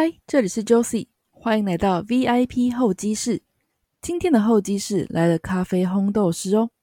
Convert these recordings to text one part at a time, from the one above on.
嗨，这里是 Josie， 欢迎来到 VIP 候机室。今天的候机室来了咖啡烘豆师哦。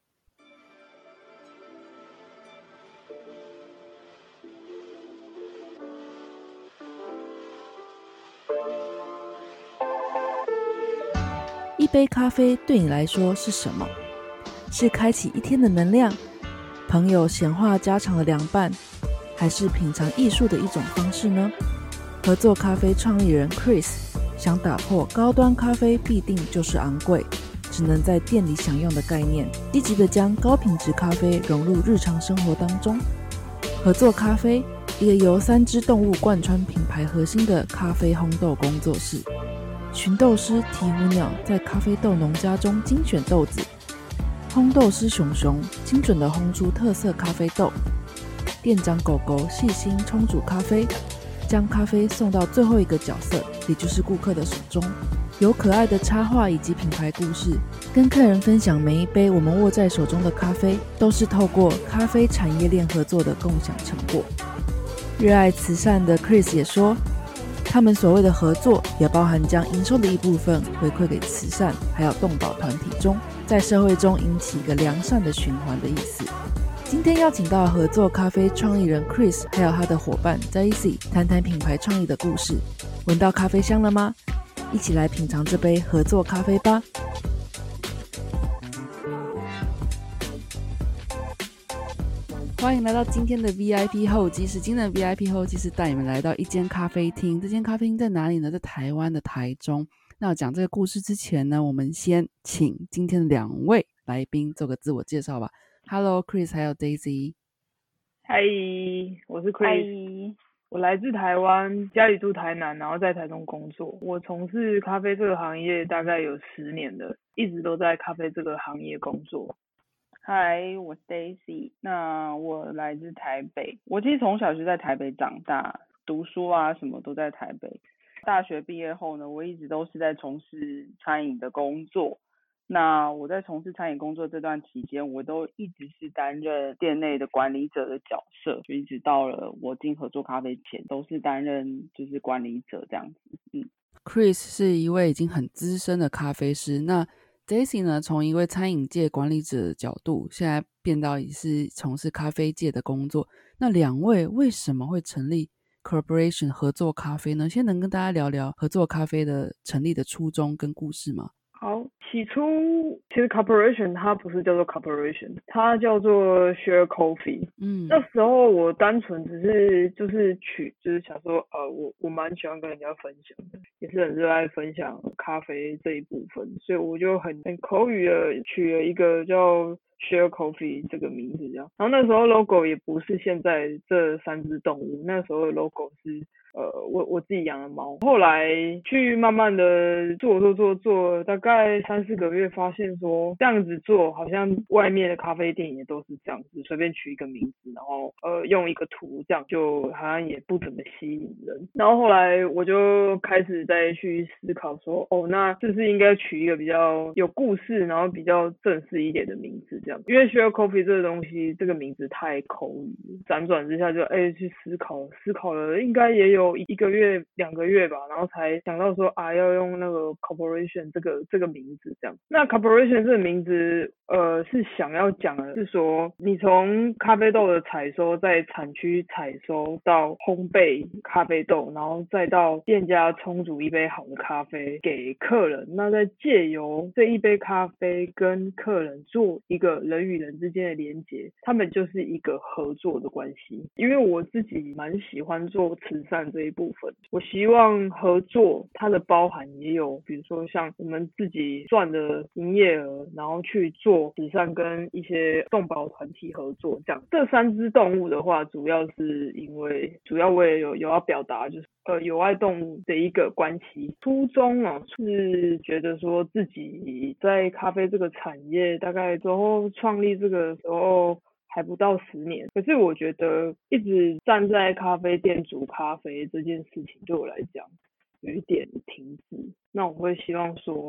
一杯咖啡对你来说是什么？是开启一天的能量，朋友闲话家常的凉拌，还是品尝艺术的一种方式呢？合作咖啡创意人 Chris 想打破高端咖啡必定就是昂贵，只能在店里享用的概念，积极地将高品质咖啡融入日常生活当中。合作咖啡，一个由3只动物贯穿品牌核心的咖啡烘豆工作室。寻豆师鹈鹕鸟在咖啡豆农家中精选豆子，烘豆师熊熊精准地烘出特色咖啡豆，店长狗狗细心冲煮咖啡，将咖啡送到最后一个角色，也就是顾客的手中。有可爱的插画以及品牌故事，跟客人分享每一杯我们握在手中的咖啡，都是透过咖啡产业链合作的共享成果。热爱慈善的 Chris 也说，他们所谓的合作也包含将营收的一部分回馈给慈善还有动保团体中，在社会中引起一个良善的循环的意思。今天邀请到合作咖啡创意人 Chris 还有他的伙伴 Daisy 谈谈品牌创意的故事。闻到咖啡香了吗？一起来品尝这杯合作咖啡吧。欢迎来到今天的 VIP 候机室。今天的 VIP 候机室带你们来到一间咖啡厅。这间咖啡厅在哪里呢？在台湾的台中。那讲这个故事之前呢，我们先请今天的2位来宾做个自我介绍吧。Hello Chris 还有 Daisy。 嗨，我是 Chris，我来自台湾，家里住台南，然后在台中工作。我从事咖啡这个行业大概有10年了，一直都在咖啡这个行业工作。 嗨，我是 Daisy， 那我来自台北。我其实从小就在台北长大，读书啊什么都在台北。大学毕业后呢，我一直都是在从事餐饮的工作。那我在从事餐饮工作这段期间，我都一直是担任店内的管理者的角色，就一直到了我进合作咖啡前，都是担任就是管理者这样子。 Chris 是一位已经很资深的咖啡师，那 Daisy 呢，从一位餐饮界管理者的角度，现在变到也是从事咖啡界的工作。那2位为什么会成立 Corporation 合作咖啡呢？先能跟大家聊聊合作咖啡的成立的初衷跟故事吗？ 好，起初其实 corporation 它不是叫做 corporation， 它叫做 share coffee。那时候我单纯只是就是想说，我蛮喜欢跟人家分享的，也是很热爱分享咖啡这一部分，所以我就很口语的取了一个叫Share Coffee 这个名字这样。然后那时候 logo 也不是现在这3只动物，那时候的 logo 是我自己养的猫。后来去慢慢的做，大概3-4个月，发现说这样子做好像外面的咖啡店也都是这样子，随便取一个名字，然后用一个图，这样就好像也不怎么吸引人。然后后来我就开始再去思考说，那是不是应该取一个比较有故事，然后比较正式一点的名字这样。因为 Share Coffee 这个东西，这个名字太口语，辗转之下就去思考了，应该也有1个月2个月吧，然后才想到说要用那个 Corporation 这个名字这样。那 Corporation 这个名字是想要讲的是说，你从咖啡豆的采收，在产区采收到烘焙咖啡豆，然后再到店家冲煮一杯好的咖啡给客人，那再借由这一杯咖啡跟客人做一个人与人之间的连结，他们就是一个合作的关系。因为我自己蛮喜欢做慈善这一部分，我希望合作它的包含也有，比如说像我们自己赚的营业额，然后去做慈善跟一些动保团体合作这样。这3只动物的话，主要我也有要表达，就是友爱动物的一个关系。初衷是觉得说自己在咖啡这个产业大概之后创立这个时候还不到10年，可是我觉得一直站在咖啡店煮咖啡这件事情对我来讲有一点停滞。那我会希望说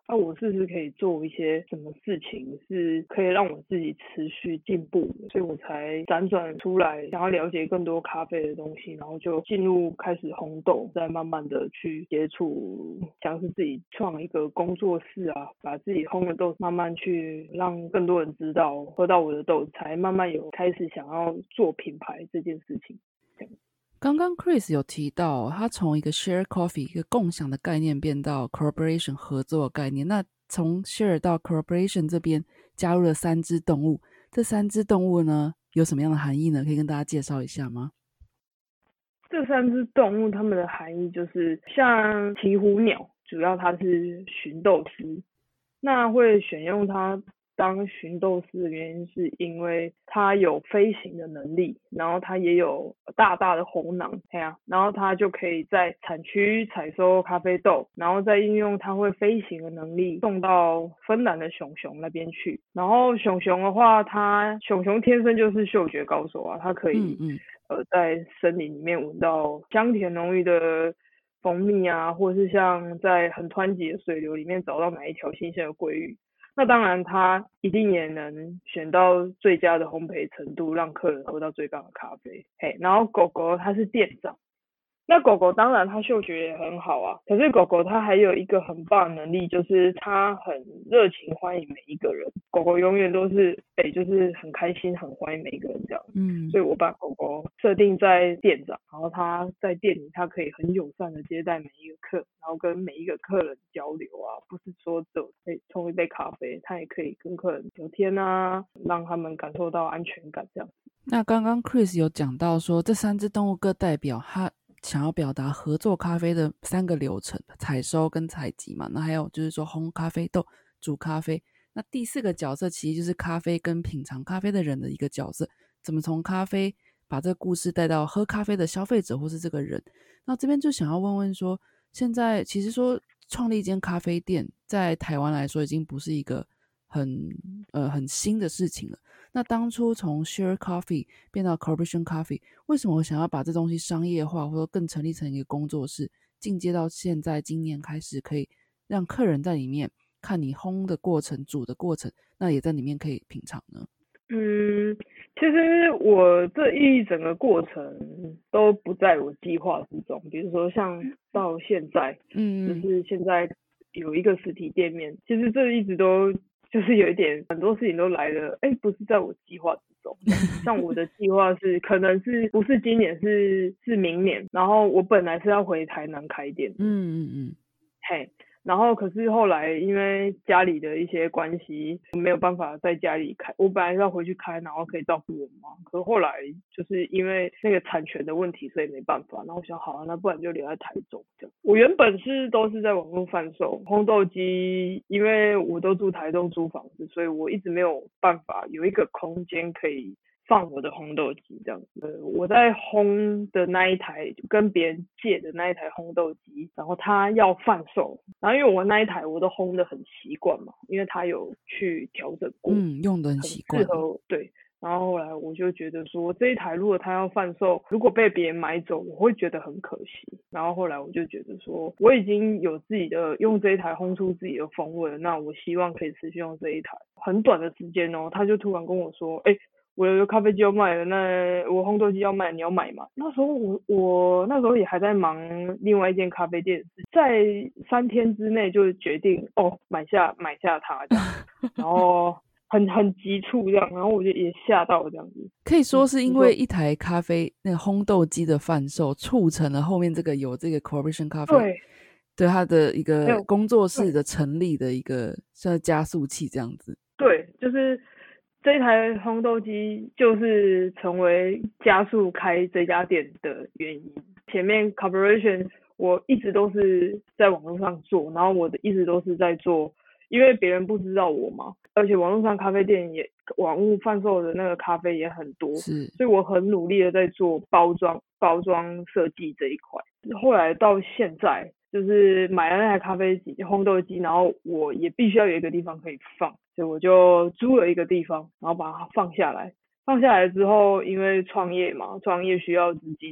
我是不是可以做一些什么事情是可以让我自己持续进步的，所以我才辗转出来想要了解更多咖啡的东西，然后就进入开始烘豆，再慢慢的去接触，像是自己创一个工作室啊，把自己烘的豆慢慢去让更多人知道，喝到我的豆子，才慢慢有开始想要做品牌这件事情。 刚刚 Chris 有提到他从一个 share coffee 一个共享的概念变到 collaboration 合作的概念，那从 share 到 collaboration 这边加入了3只动物，这3只动物呢有什么样的含义呢？可以跟大家介绍一下吗？ 这3只动物它们的含义就是像鹈鹕鸟，主要它是驯斗师，那会选用它当驯斗师的原因是因为它有飞行的能力，然后它也有大大的喉囊，然后它就可以在产区采收咖啡豆，然后再运用它会飞行的能力送到芬兰的熊熊那边去。然后熊熊的话，熊熊天生就是嗅觉高手啊，它可以在森林里面闻到香甜浓郁的蜂蜜啊，或是像在很湍急的水流里面找到哪一条新鲜的鲑鱼。那当然它一定也能选到最佳的烘焙程度，让客人喝到最棒的咖啡。然后狗狗它是店长，那狗狗当然它嗅觉也很好啊，可是狗狗它还有一个很棒的能力，就是它很热情欢迎每一个人。狗狗永远都是就是很开心很欢迎每一个人这样。所以我把狗狗设定在店长，然后它在店里它可以很友善的接待每一个客人，然后跟每一个客人交流啊，不是说只有冲一杯咖啡，它也可以跟客人聊天啊，让他们感受到安全感这样子。 那刚刚 Chris 有讲到说这3只动物各代表它想要表达合作咖啡的3个流程，采收跟采集嘛，那还有就是说烘咖啡豆、煮咖啡，那第4个角色其实就是咖啡跟品尝咖啡的人的一个角色，怎么从咖啡把这个故事带到喝咖啡的消费者或是这个人。那这边就想要问问说，现在其实说创立一间咖啡店在台湾来说已经不是一个很新的事情了，那当初从 share coffee 变到 collaboration coffee， 为什么我想要把这东西商业化，或者更成立成一个工作室，进阶到现在今年开始可以让客人在里面看你烘的过程、煮的过程，那也在里面可以品尝呢？ 其实我这一整个过程都不在我计划之中，比如说像到现在，就是现在有一个实体店面，其实这一直都就是有一点很多事情都来了，不是在我计划之中。像我的计划是可能是不是今年是明年，然后我本来是要回台南开店。然后可是后来因为家里的一些关系，没有办法在家里开，我本来是要回去开，然后可以照顾我妈，可是后来就是因为那个产权的问题，所以没办法。然后我想好那不然就留在台中这样。我原本都是在网络贩售烘豆机，因为我都住台中租房子，所以我一直没有办法有一个空间可以放我的烘豆机这样子。我在烘的那一台跟别人借的那一台烘豆机，然后他要贩售，然后因为我那一台我都烘的很习惯嘛，因为他有去调整过， 用的很习惯， 很适合。对，然后后来我就觉得说这一台如果他要贩售，如果被别人买走，我会觉得很可惜。然后后来我就觉得说我已经有自己的用这一台烘出自己的风味了，那我希望可以持续用这一台。很短的时间他就突然跟我说我有咖啡机要卖了，那我烘豆机要卖，你要买吗？那时候我那时候也还在忙另外一间咖啡店，在3天之内就决定买下它这样，然后很急促这样，然后我就也吓到这样子。 可以说是因为一台咖啡那个烘豆机的贩售，促成了后面有这个 collaboration coffee 对它的一个工作室的成立的一个像加速器这样子。 对，就是这一台烘豆机就是成为加速开这家店的原因。前面 collaboration 我一直都是在网络上做，然后我一直都是在做，因为别人不知道我嘛，而且网络上咖啡店也网络贩售的那个咖啡也很多，所以我很努力的在做包装设计这一块。后来到现在就是买了那台咖啡机烘豆机，然后我也必须要有一个地方可以放，所以我就租了一个地方，然后把它放下来之后，因为创业嘛，创业需要资金，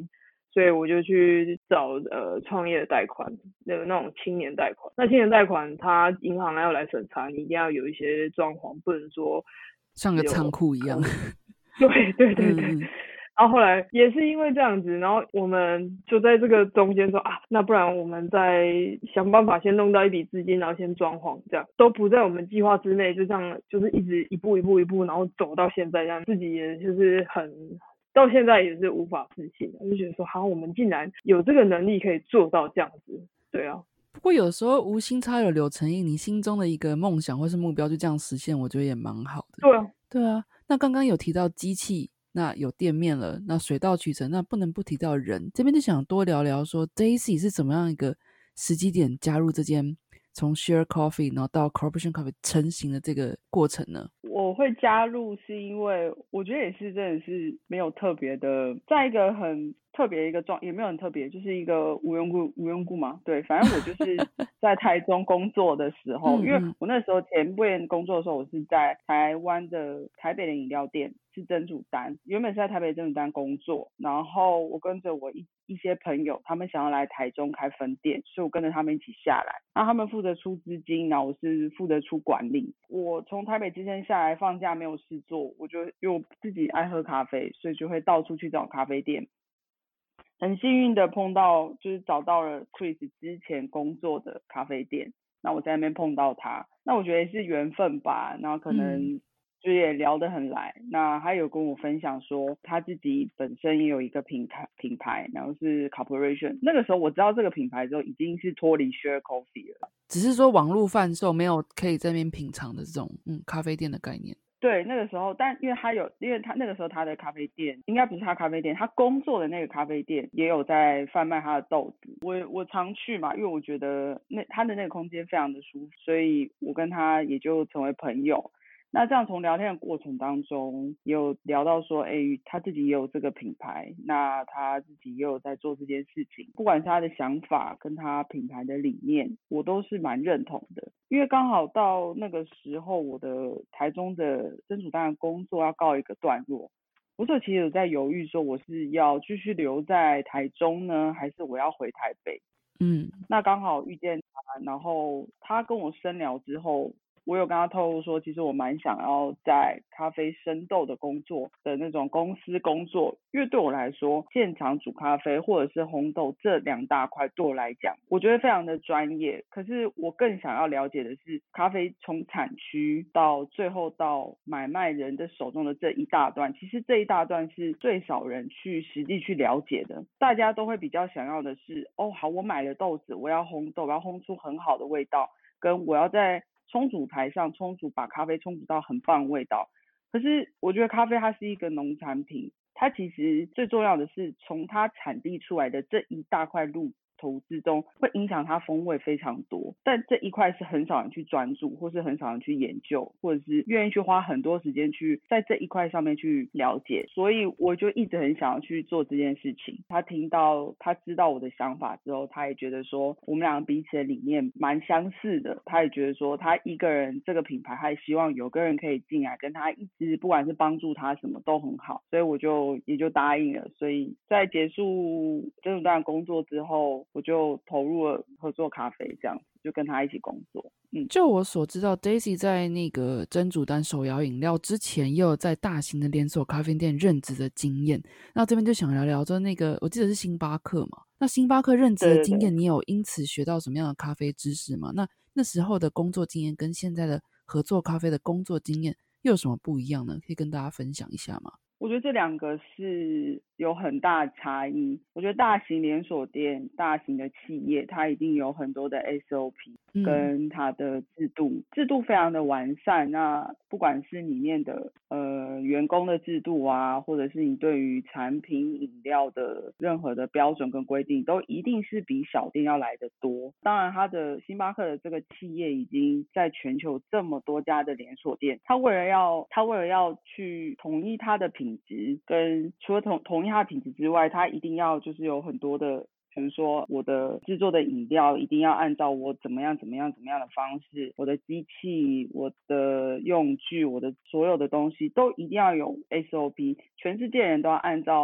所以我就去找创业的贷款的那种青年贷款。那青年贷款它银行要来审查，你一定要有一些装潢，不能说像个仓库一样。 对对对对。然后后来也是因为这样子，然后我们就在这个中间说啊，那不然我们再想办法先弄到一笔资金，然后先装潢，这样都不在我们计划之内，就这样就是一直一步，然后走到现在这样，自己也就是到现在也是无法置信，就觉得说好，我们竟然有这个能力可以做到这样子，对啊。 不过有时候无心插柳柳成荫，你心中的一个梦想或是目标就这样实现，我觉得也蛮好的。 对啊， 对啊。那刚刚有提到机器，那有店面了，那水到渠成，那不能不提到人。这边就想多聊聊说 Daisy 是怎么样一个时机点加入这间从 Share Coffee 然后到 Corporation Coffee 成型的这个过程呢？ 我会加入是因为我觉得也是真的是没有特别的，在一个很特别一个也没有很特别，就是一个无缘故嘛。对，反正我就是在台中工作的时候，因为我那时候前面工作的时候，我是在台北的饮料店是蒸煮单，原本是在台北蒸煮单工作，然后我跟着我一些朋友，他们想要来台中开分店，所以我跟着他们一起下来，那他们负责出资金，然后我是负责出管理。我从台北之前下来放假没有事做，我就因为我自己爱喝咖啡，所以就会到处去找咖啡店。很幸运的就是找到了 Chris 之前工作的咖啡店，那我在那边碰到他，那我觉得也是缘分吧，然后可能就也聊得很来。那他有跟我分享说他自己本身也有一个品牌，然后是 Corporation。那个时候我知道这个品牌之后，已经是脱离 Share Coffee 了， 只是说网络贩售，没有可以在那边品尝的这种咖啡店的概念。 对，那个时候，但因为他那个时候他的咖啡店应该不是他咖啡店，他工作的那个咖啡店也有在贩卖他的豆子。我常去嘛，因为我觉得他的那个空间非常的舒服，所以我跟他也就成为朋友。那这样从聊天的过程当中，也有聊到说，他自己也有这个品牌，那他自己也有在做这件事情，不管是他的想法跟他品牌的理念，我都是蛮认同的。因为刚好到那个时候，我的台中的蒸煮单的工作要告一个段落，我其实有在犹豫说，我是要继续留在台中呢，还是我要回台北？那刚好遇见他，然后他跟我深聊之后，我有跟他透露说，其实我蛮想要在咖啡生豆的工作的那种公司工作，因为对我来说，现场煮咖啡或者是烘豆这两大块对我来讲，我觉得非常的专业。可是我更想要了解的是，咖啡从产区到最后到买卖人的手中的这一大段，其实这一大段是最少人去实际去了解的。大家都会比较想要的是，好，我买了豆子，我要烘豆，我要烘出很好的味道，跟我要在冲煮台上把咖啡冲煮到很棒的味道。可是我觉得咖啡它是一个农产品，它其实最重要的是从它产地出来的这一大块路投资中会影响它风味非常多，但这一块是很少人去专注，或是很少人去研究，或者是愿意去花很多时间去在这一块上面去了解。所以我就一直很想要去做这件事情。他知道我的想法之后，他也觉得说我们两个彼此的理念蛮相似的，他也觉得说他一个人这个品牌，他也希望有个人可以进来跟他一直不管是帮助他什么都很好，所以我也就答应了。所以在结束这段工作之后，我就投入了合作咖啡，这样子就跟他一起工作。 就我所知道 Daisy 在那个蒸煮单手摇饮料之前也有在大型的连锁咖啡店任职的经验，那这边就想聊聊就那个我记得是星巴克嘛，那星巴克任职的经验，你有因此学到什么样的咖啡知识吗？那时候的工作经验跟现在的合作咖啡的工作经验又有什么不一样呢？可以跟大家分享一下吗？ 我觉得这两个是有很大的差异。我觉得大型连锁店、大型的企业，它一定有很多的 SOP 跟它的制度非常的完善。那不管是里面的员工的制度啊，或者是你对于产品饮料的任何的标准跟规定，都一定是比小店要来得多。当然，它的星巴克的这个企业已经在全球这么多家的连锁店，它为了要去统一它的品质，跟除了统一它的品质之外，它一定要就是有很多的，比如说我的制作的饮料一定要按照我怎么样的方式，我的机器、我的用具、我的所有的东西都一定要有 SOP， 全世界人都要按照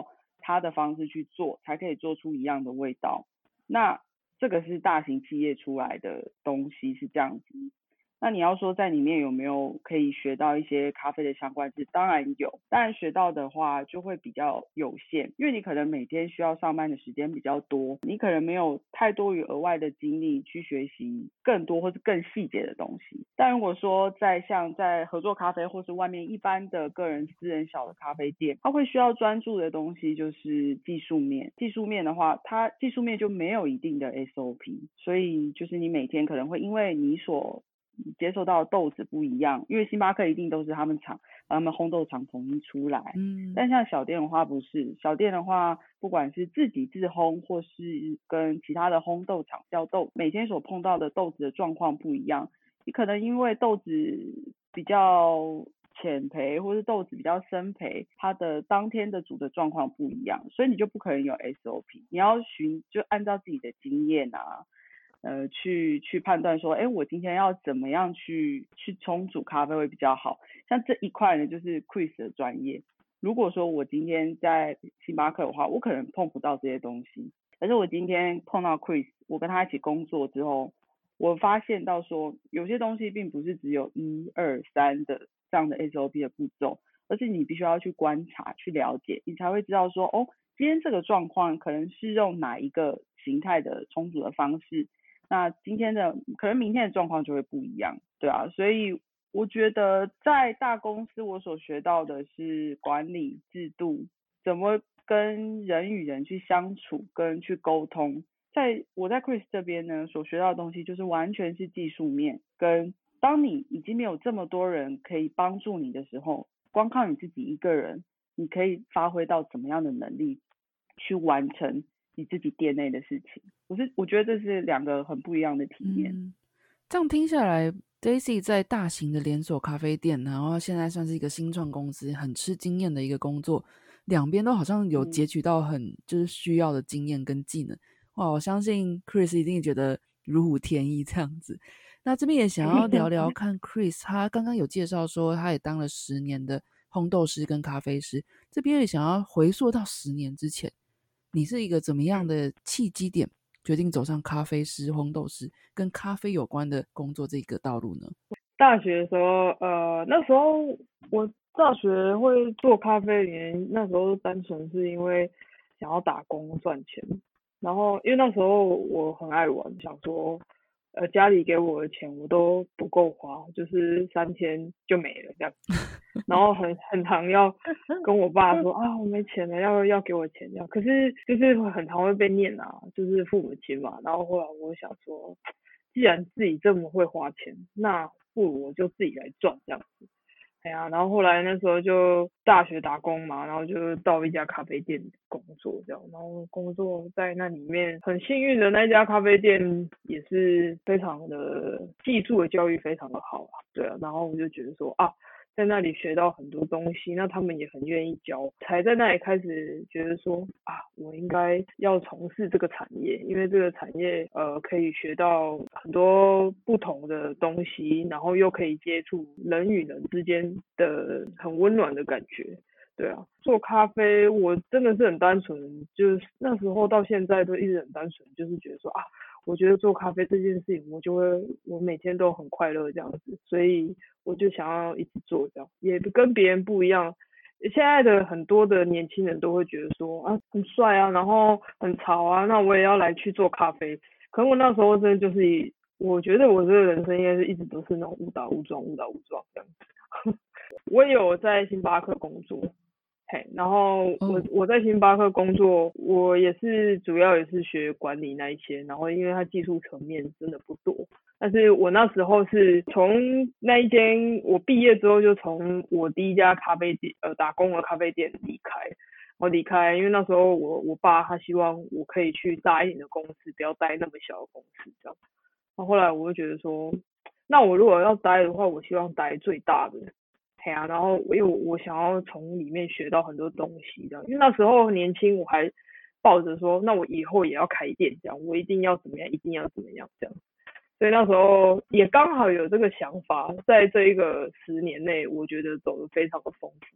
他的方式去做，才可以做出一样的味道。那这个是大型企业出来的东西是这样子。那你要说在里面有没有可以学到一些咖啡的相关知识？当然有，当然学到的话就会比较有限，因为你可能每天需要上班的时间比较多，你可能没有太多余额外的精力去学习更多或是更细节的东西。但如果说像在合作咖啡或是外面一般的个人私人小的咖啡店，它会需要专注的东西就是技术面。技术面的话，它技术面就没有一定的 SOP， 所以就是你每天可能会因为你所接受到的豆子不一样，因为星巴克一定都是他们烘豆厂统一出来，但像小店的话不是，小店的话不管是自己自烘或是跟其他的烘豆厂交豆，每天所碰到的豆子的状况不一样，你可能因为豆子比较浅焙或是豆子比较深焙，它的当天的煮的状况不一样，所以你就不可能有 SOP， 你要就按照自己的经验啊去判断说，我今天要怎么样去冲煮咖啡会比较好。像这一块呢，就是 Chris 的专业。如果说我今天在星巴克的话，我可能碰不到这些东西。可是我今天碰到 Chris， 我跟他一起工作之后，我发现到说，有些东西并不是只有1、2、3的这样的 SOP 的步骤，而是你必须要去观察、去了解，你才会知道说，今天这个状况可能是用哪一个形态的冲煮的方式。那今天的可能明天的状况就会不一样，对啊，所以我觉得在大公司我所学到的是管理制度，怎么跟人与人去相处跟去沟通。我在 Chris 这边呢所学到的东西就是完全是技术面，跟当你已经没有这么多人可以帮助你的时候，光靠你自己一个人，你可以发挥到怎么样的能力去完成你自己店内的事情。我觉得这是两个很不一样的体验。 这样听下来 Daisy 在大型的连锁咖啡店，然后现在算是一个新创公司，很吃经验的一个工作，两边都好像有截取到很就是需要的经验跟技能。哇，我相信 Chris 一定觉得如虎添翼这样子。那这边也想要聊聊看Chris 他刚刚有介绍说他也当了10年的烘豆师跟咖啡师，这边也想要回溯到10年之前，你是一个怎么样的契机点决定走上咖啡师、烘豆师跟咖啡有关的工作这个道路呢？ 大学的时候，那时候我大学会做咖啡的原因，那时候单纯是因为想要打工赚钱，然后因为那时候我很爱玩，想说，家里给我的钱我都不够花，就是3天就没了这样，然后很常要跟我爸说啊我没钱了，要给我钱这样，可是就是很常会被念啊，就是父母亲嘛，然后后来我想说，既然自己这么会花钱，那不如我就自己来赚这样子。哎呀，然后后来那时候就大学打工嘛，然后就到一家咖啡店工作这样，然后工作在那里面，很幸运的那一家咖啡店也是非常的技术的教育非常的好啊，对啊，然后我就觉得说啊，在那里学到很多东西，那他们也很愿意教，才在那里开始觉得说啊，我应该要从事这个产业，因为这个产业可以学到很多不同的东西，然后又可以接触人与人之间的很温暖的感觉。对啊，做咖啡我真的是很单纯，就是那时候到现在都一直很单纯，就是觉得说啊，我觉得做咖啡这件事情，我每天都很快乐这样子，所以我就想要一直做这样，也跟别人不一样。现在的很多的年轻人都会觉得说啊很帅啊，然后很潮啊，那我也要来去做咖啡。可是我那时候真的就是我觉得我这个人生应该是一直都是那种误打误撞这样子。我也有在星巴克工作。然后我在星巴克工作，我也是主要也是学管理那一些，然后因为它技术层面真的不多，但是我那时候是从那一间我毕业之后就从我第一家咖啡店打工的咖啡店离开，因为那时候我爸他希望我可以去大一点的公司，不要待那么小的公司这样。然后后来我就觉得说，那我如果要待的话，我希望待最大的。然后因为我想要从里面学到很多东西这样，因为那时候年轻，我还抱着说，那我以后也要开店这样，我一定要怎么样，一定要怎么样这样，所以那时候也刚好有这个想法，在这一个10年内，我觉得走得非常的丰富，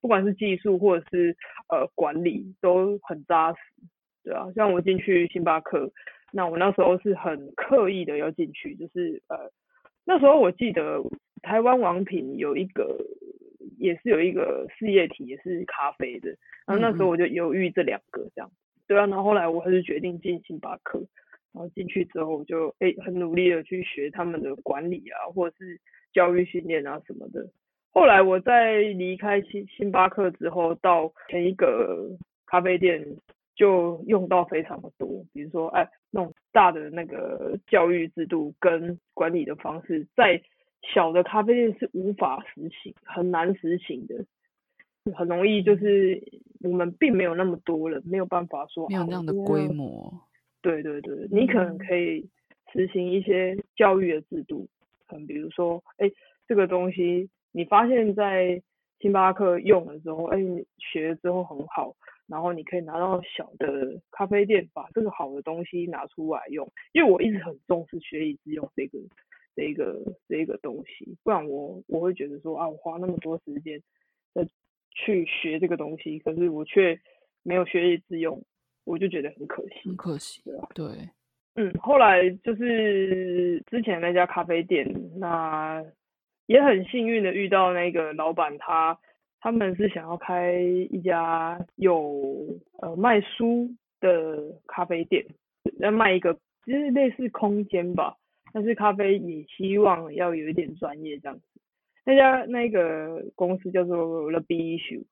不管是技术或者是管理都很扎实，对啊，像我进去星巴克，那我那时候是很刻意的要进去，就是那时候我记得台湾王品也是有一个事业体也是咖啡的，然后那时候我就犹豫这2个这样，对啊，然后后来我还是决定进星巴克，然后进去之后我就很努力的去学他们的管理啊，或者是教育训练啊什么的。后来我在离开星巴克之后，到前一个咖啡店就用到非常的多，比如说那种大的那个教育制度跟管理的方式，在小的咖啡店是无法实行，很难实行的，很容易就是我们并没有那么多人，没有办法说没有那样的规模。 对对对，你可能可以实行一些教育的制度，可能比如说这个东西你发现在星巴克用的时候，你学了之后很好，然后你可以拿到小的咖啡店把这个好的东西拿出来用，因为我一直很重视学以致用这个东西，不然我会觉得说我花那么多时间去学这个东西，可是我却没有学以致用，我就觉得很可惜。 很可惜， 对吧？ 对。 后来就是之前那家咖啡店，那也很幸运的遇到那个老板，他们是想要开一家有卖书的咖啡店，要卖一个就是类似空间吧，但是咖啡也希望要有一点专业这样子。那个公司叫做 The Big Issue，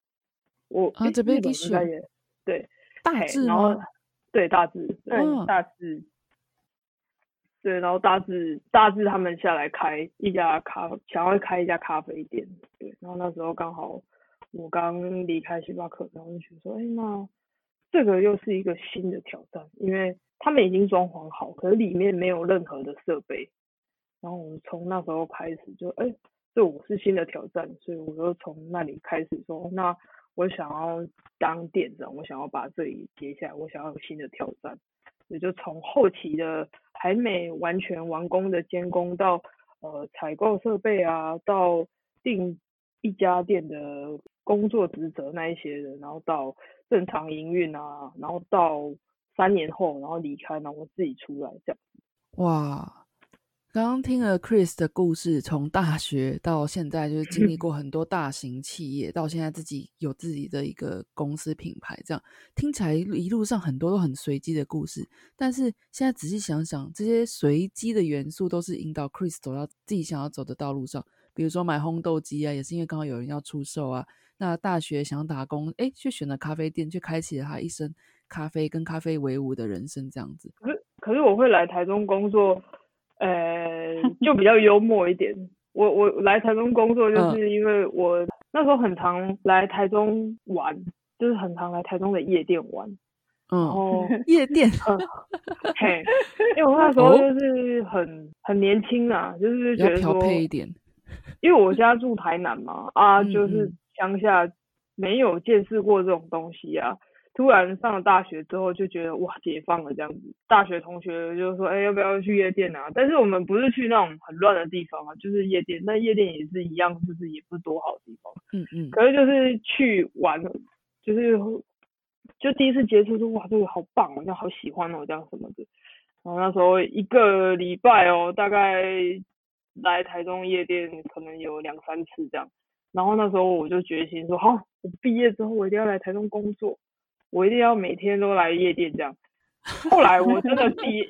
The Big Issue 应该也对， 大致然后对大致， 对大致。 对，然后大致他们下来想要开一家咖啡店，对，然后那时候刚好我刚离开星巴克，然后就觉得说，那这个又是一个新的挑战，因为他们已经装潢好，可是里面没有任何的设备，然后我从那时候开始就，这我是新的挑战，所以我就从那里开始说，那我想要当店长，我想要把这里接下来，我想要有新的挑战。也就从后期的还没完全完工的监工到采购设备啊，到定一家店的工作职责那一些人，然后到正常营运啊，然后到3年后然后离开，然后我自己出来这样。 哇，刚刚听了 Chris 的故事，从大学到现在就是经历过很多大型企业到现在自己有自己的一个公司品牌，这样听起来一路上很多都很随机的故事，但是现在仔细想想，这些随机的元素都是引导 Chris 走到自己想要走的道路上。比如说买烘豆机啊，也是因为刚好有人要出售啊，那大学想打工却选了咖啡店，却开启了他一生咖啡跟咖啡为伍的人生这样子。 可是我会来台中工作就比较幽默一点。我来台中工作就是因为我那时候很常来台中玩，就是很常来台中的夜店玩。然后夜店嘿，因为我那时候就是很年轻啊，就是觉得说比较调配一点， 因为我家住台南嘛，就是乡下没有见识过这种东西啊。突然上了大学之后就觉得哇解放了这样子，大学同学就说要不要去夜店啊？但是我们不是去那种很乱的地方啊，就是夜店，但夜店也是一样，就是也不是多好的地方。可是就是去玩，就第一次接触说哇这个好棒哦，这样好喜欢哦，这样什么的。然后那时候1个礼拜大概来台中夜店可能有2-3次这样。然后那时候我就决心说好，我毕业之后我一定要来台中工作。我一定要每天都来夜店这样。后来我真的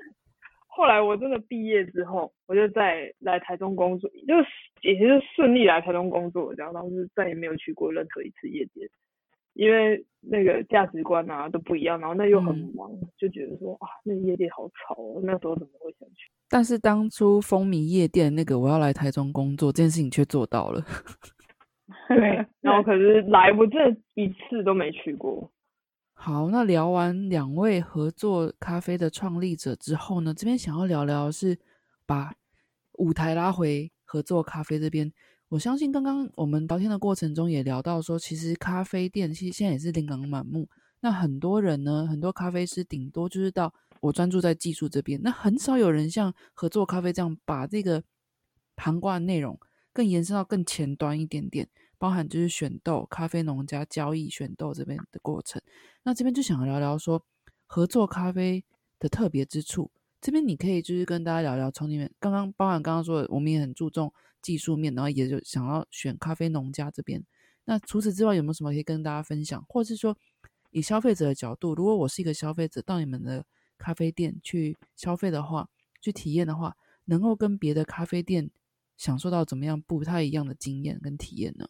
毕业之后，我就再来台中工作，也是顺利来台中工作这样，然后就再也没有去过任何一次夜店，因为那个价值观啊都不一样，然后那又很忙，就觉得说那夜店好吵哦，那时候怎么会想去？ 但是当初风靡夜店那个我要来台中工作这件事情却做到了。 对，然后可是我真的一次都没去过。 好，那聊完2位合作咖啡的创立者之后呢，这边想要聊聊是把舞台拉回合作咖啡这边。我相信刚刚我们聊天的过程中也聊到说，其实咖啡店其实现在也是琳琅满目，那很多人呢，很多咖啡师顶多就是到我专注在技术这边，那很少有人像合作咖啡这样把这个旁观的内容更延伸到更前端一点点， 包含就是选豆、咖啡农家交易选豆这边的过程。那这边就想聊聊说合作咖啡的特别之处，这边你可以就是跟大家聊聊，从你们包含刚刚说的，我们也很注重技术面，然后也就想要选咖啡农家这边。那除此之外有没有什么可以跟大家分享，或是说以消费者的角度，如果我是一个消费者到你们的咖啡店去消费的话，去体验的话，能够跟别的咖啡店享受到怎么样不太一样的经验跟体验呢？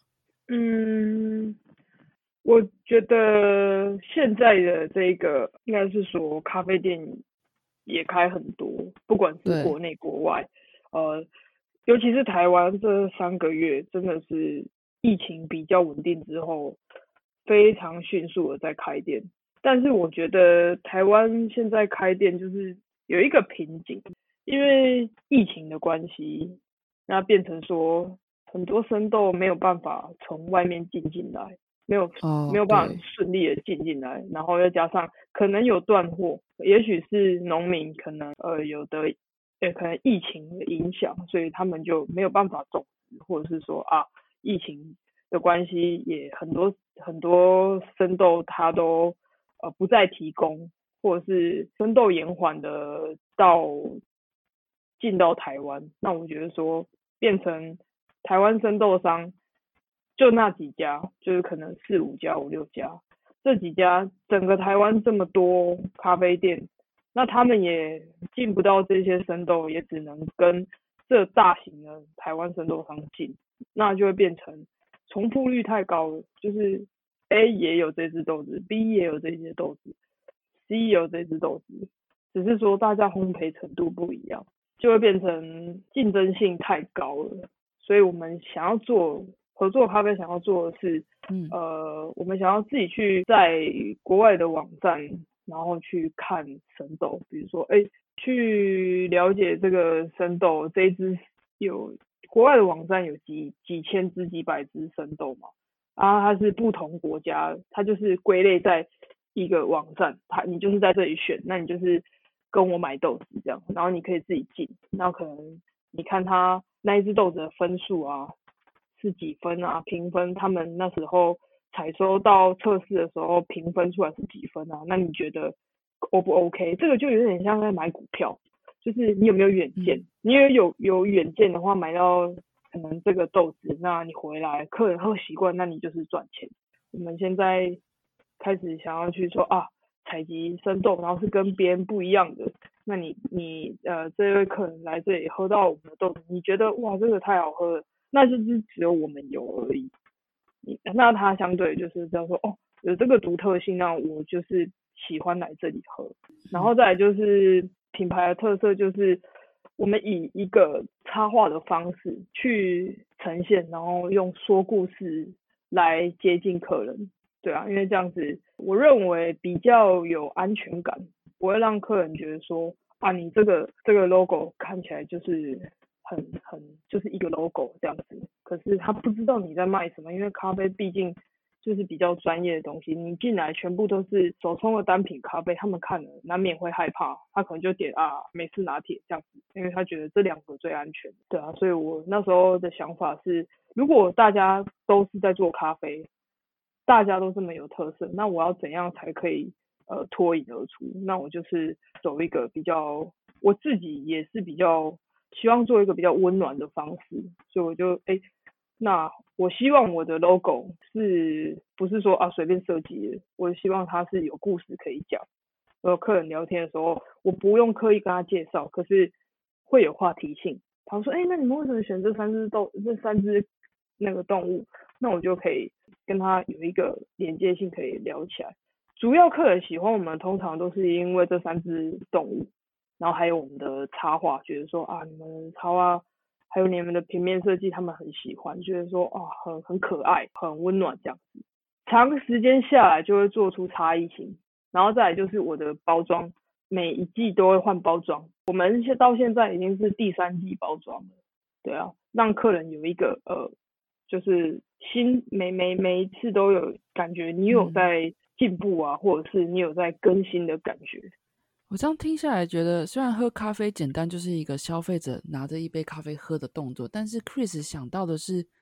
我觉得现在的这个应该是说咖啡店也开很多，不管是国内国外，尤其是台湾这3个月真的是疫情比较稳定之后，非常迅速的在开店。但是我觉得台湾现在开店就是有一个瓶颈，因为疫情的关系，那变成说很多生豆没有办法从外面进来，没有办法顺利的进来，然后又加上可能有断货，也许是农民可能可能疫情的影响，所以他们就没有办法种植，或者是说疫情的关系，也很多生豆它都不再提供，或者是生豆延缓的进到台湾。那我觉得说变成台湾生豆商就那几家，就是可能4、5家、5、6家，这几家整个台湾这么多咖啡店，那他们也进不到这些生豆，也只能跟这大型的台湾生豆商进，那就会变成重复率太高了，就是 A 也有这只豆子， B 也有这些豆子， C 也有这只豆子，只是说大家烘焙程度不一样，就会变成竞争性太高了。所以我们想要做合作咖啡，想要做的是我们想要自己去在国外的网站，然后去看生豆，比如说去了解这个生豆，这一支有国外的网站有几千只、几百只生豆嘛，然后它是不同国家，它就是归类在一个网站，你就是在这里选，那你就是跟我买豆子这样，然后你可以自己进，然后可能你看它那一只豆子的分数是几分评分，他们那时候采收到测试的时候评分出来是几分那你觉得 O 不 OK？ 这个就有点像在买股票，就是你有没有远见，你有远见的话，买到可能这个豆子，那你回来客人喝习惯，那你就是赚钱。我们现在开始想要去说采集生豆，然后是跟别人不一样的，那你这位客人来这里喝到我们的豆子，你觉得哇这个太好喝了，那就是只有我们有而已。那它相对就是叫说有这个独特性，那我就是喜欢来这里喝。然后再来就是品牌的特色，就是我们以一个插画的方式去呈现，然后用说故事来接近客人。对因为这样子我认为比较有安全感，不会让客人觉得说你这个 logo 看起来就是很就是一个 logo 这样子，可是他不知道你在卖什么，因为咖啡毕竟就是比较专业的东西，你进来全部都是手冲的单品咖啡，他们看了难免会害怕，他可能就点美式拿铁这样子，因为他觉得这2个最安全。对所以我那时候的想法是，如果大家都是在做咖啡，大家都这么有特色，那我要怎样才可以脱颖而出？那我就是走一个比较，我自己也是比较希望做一个比较温暖的方式，所以我就那我希望我的 logo 是不是说随便设计的，我希望它是有故事可以讲。客人聊天的时候，我不用刻意跟他介绍，可是会有话题性。他说那你们为什么选这3只那个动物？那我就可以跟他有一个连接性可以聊起来。主要客人喜欢我们通常都是因为这3只动物，然后还有我们的插画，觉得说你们插画还有你们的平面设计他们很喜欢，觉得说很可爱很温暖这样子，长时间下来就会做出差异性。然后再来就是我的包装，每一季都会换包装，我们到现在已经是第3季包装了。对让客人有一个就是每一次都有感觉你有在进步或者是你有在更新的感觉。 我这样听下来觉得，虽然喝咖啡简单就是一个消费者拿着一杯咖啡喝的动作，但是 Chris 想到的是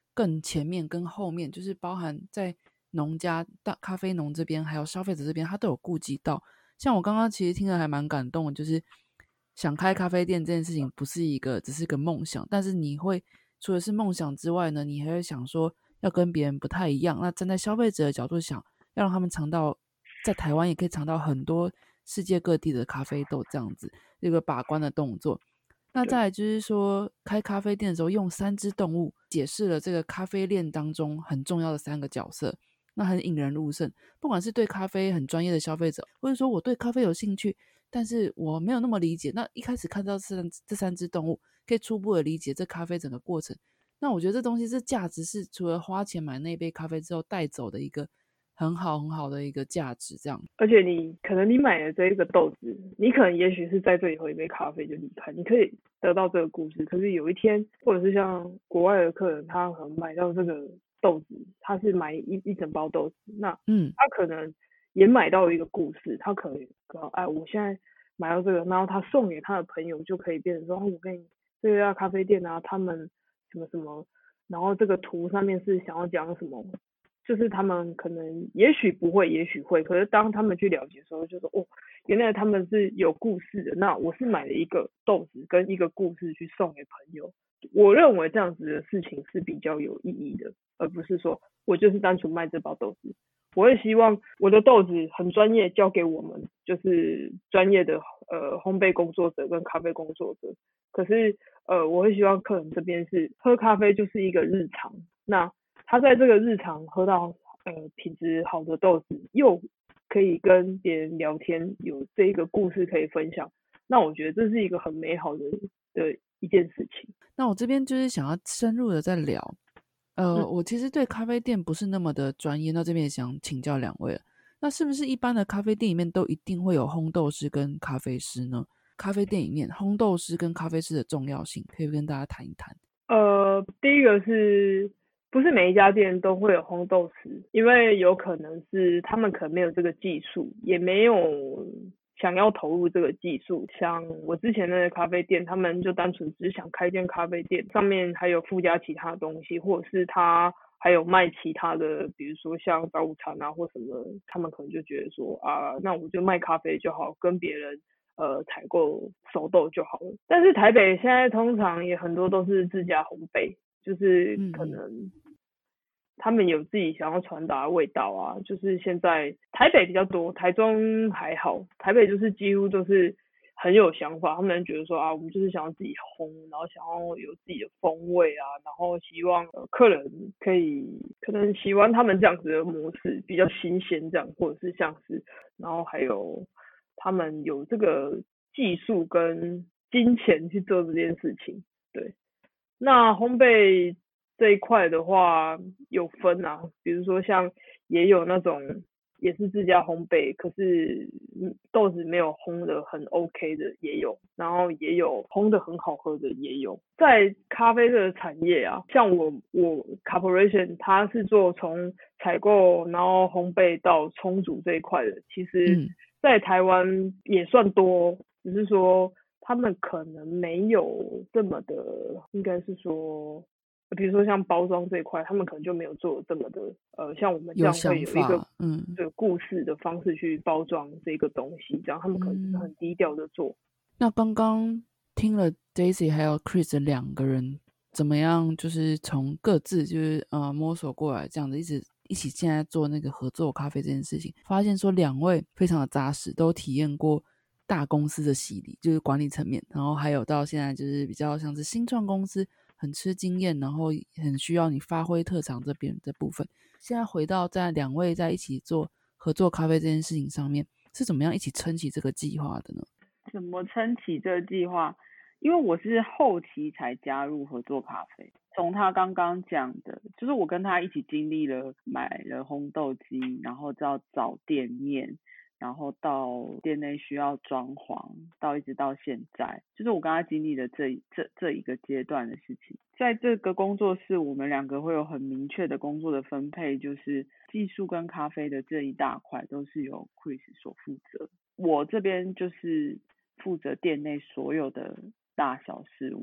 更前面跟后面，就是包含在农家、咖啡农这边还有消费者这边，他都有顾及到。像我刚刚其实听了还蛮感动的，就是想开咖啡店这件事情不是只是个梦想，但是你会除了是梦想之外呢，你还会想说要跟别人不太一样，那站在消费者的角度想要让他们尝到在台湾也可以尝到很多世界各地的咖啡豆，这样子一个把关的动作。那再来就是说开咖啡店的时候用3只动物解释了这个咖啡链当中很重要的3个角色，那很引人入胜。不管是对咖啡很专业的消费者，或者说我对咖啡有兴趣但是我没有那么理解，那一开始看到这3只动物可以初步的理解这咖啡整个过程，那我觉得这东西这价值是除了花钱买那杯咖啡之后带走的一个很好的一个价值，这样。 而且可能你买了这一个豆子，你可能也许是在这里喝一杯咖啡就离开，你可以得到这个故事。可是有一天，或者是像国外的客人，他可能买到这个豆子，他是买一整包豆子，那他可能也买到一个故事，他可能我现在买到这个，然后他送给他的朋友，就可以变成说，我跟你这家咖啡店啊，他们什么什么，然后这个图上面是想要讲什么。就是他们可能也许不会也许会，可是当他们去了解的时候就说原来他们是有故事的，那我是买了一个豆子跟一个故事去送给朋友。我认为这样子的事情是比较有意义的，而不是说我就是单纯卖这包豆子。我会希望我的豆子很专业，交给我们就是专业的烘焙工作者跟咖啡工作者。可是我会希望客人这边是喝咖啡就是一个日常，那他在这个日常喝到品质好的豆子，又可以跟别人聊天，有这一个故事可以分享，那我觉得这是一个很美好的一件事情。 那我这边就是想要深入的再聊，我其实对咖啡店不是那么的专业，那这边也想请教2位了。那是不是一般的咖啡店里面都一定会有烘豆师跟咖啡师呢？咖啡店里面烘豆师跟咖啡师的重要性，可以跟大家谈一谈。 第一个是不是每一家店都会有烘豆师，因为有可能是他们可能没有这个技术，也没有想要投入这个技术。像我之前的咖啡店，他们就单纯只想开一间咖啡店，上面还有附加其他东西，或者是他还有卖其他的，比如说像早午餐啊或什么，他们可能就觉得说那我就卖咖啡就好，跟别人采购熟豆就好了。但是台北现在通常也很多都是自家烘焙，就是可能他们有自己想要传达的味道啊。就是现在台北比较多，台中还好，台北就是几乎都是很有想法，他们觉得说我们就是想要自己烘，然后想要有自己的风味啊，然后希望客人可能喜欢他们这样子的模式，比较新鲜这样，或者是像是，然后还有他们有这个技术跟金钱去做这件事情。对，那烘焙这一块的话有分啊，比如说像也有那种也是自家烘焙，可是豆子没有烘的很 OK 的也有，然后也有烘的很好喝的也有。在咖啡这个产业啊，像我 Corporation 它是做从采购然后烘焙到冲煮这一块的，其实在台湾也算多，只是说他们可能没有这么的，应该是说比如说像包装这一块，他们可能就没有做这么的像我们这样会有一个故事的方式去包装这个东西，这样他们可能是很低调的做。 那刚刚听了 Daisy 还有 Chris 2个人怎么样，就是从各自就是摸索过来，这样子一起现在做那个合作咖啡这件事情，发现说2位非常的扎实，都体验过大公司的洗礼，就是管理层面，然后还有到现在就是比较像是新创公司，很吃经验，然后很需要你发挥特长这边的部分。现在回到在2位在一起做合作咖啡这件事情上面，是怎么样一起撑起这个计划的呢？ 怎么撑起这个计划？因为我是后期才加入合作咖啡，从他刚刚讲的，就是我跟他一起经历了买了烘豆机，然后到找店面，然后到店内需要装潢，到一直到现在，就是我跟他经历的这一个阶段的事情。在这个工作室，我们2个会有很明确的工作的分配，就是技术跟咖啡的这一大块都是由 Chris 所负责，我这边就是负责店内所有的大小事务，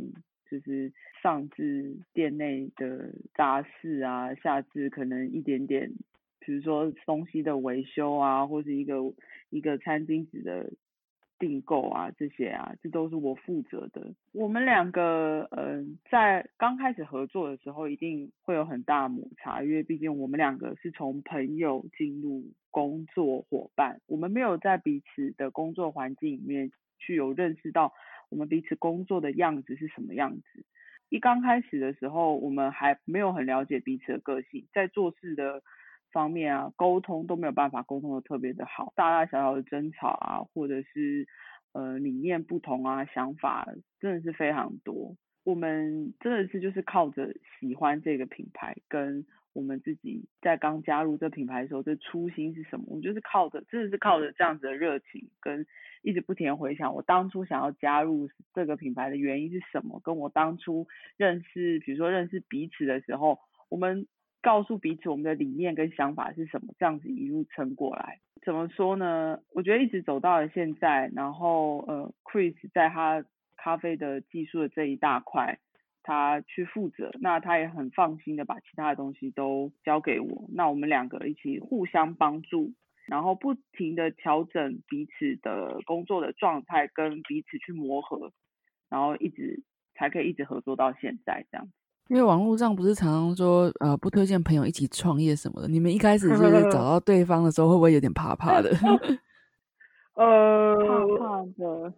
就是上至店内的杂事啊，下至可能一点点，比如说东西的维修啊，或是一个餐巾纸的订购啊，这些啊，这都是我负责的。我们两个在刚开始合作的时候，一定会有很大摩擦，因为毕竟我们两个是从朋友进入工作伙伴，我们没有在彼此的工作环境里面去有认识到我们彼此工作的样子是什么样子。一刚开始的时候，我们还没有很了解彼此的个性，在做事的方面啊，沟通都没有办法沟通的特别的好，大大小小的争吵啊，或者是理念不同啊，想法真的是非常多。我们真的是就是靠着喜欢这个品牌，跟我们自己在刚加入这品牌的时候，这初心是什么？我们就是真的是靠着这样子的热情，跟一直不停的回想我当初想要加入这个品牌的原因是什么，跟我当初比如说认识彼此的时候，我们告诉彼此我们的理念跟想法是什么，这样子一路撑过来。怎么说呢？我觉得一直走到了现在，然后Chris 在他咖啡的技术的这一大块，他去负责，那他也很放心的把其他的东西都交给我，那我们两个一起互相帮助，然后不停的调整彼此的工作的状态，跟彼此去磨合，然后才可以一直合作到现在这样。 因为网络上不是常常说不推荐朋友一起创业什么的，你们一开始就是找到对方的时候会不会有点怕怕的？ 怕怕的。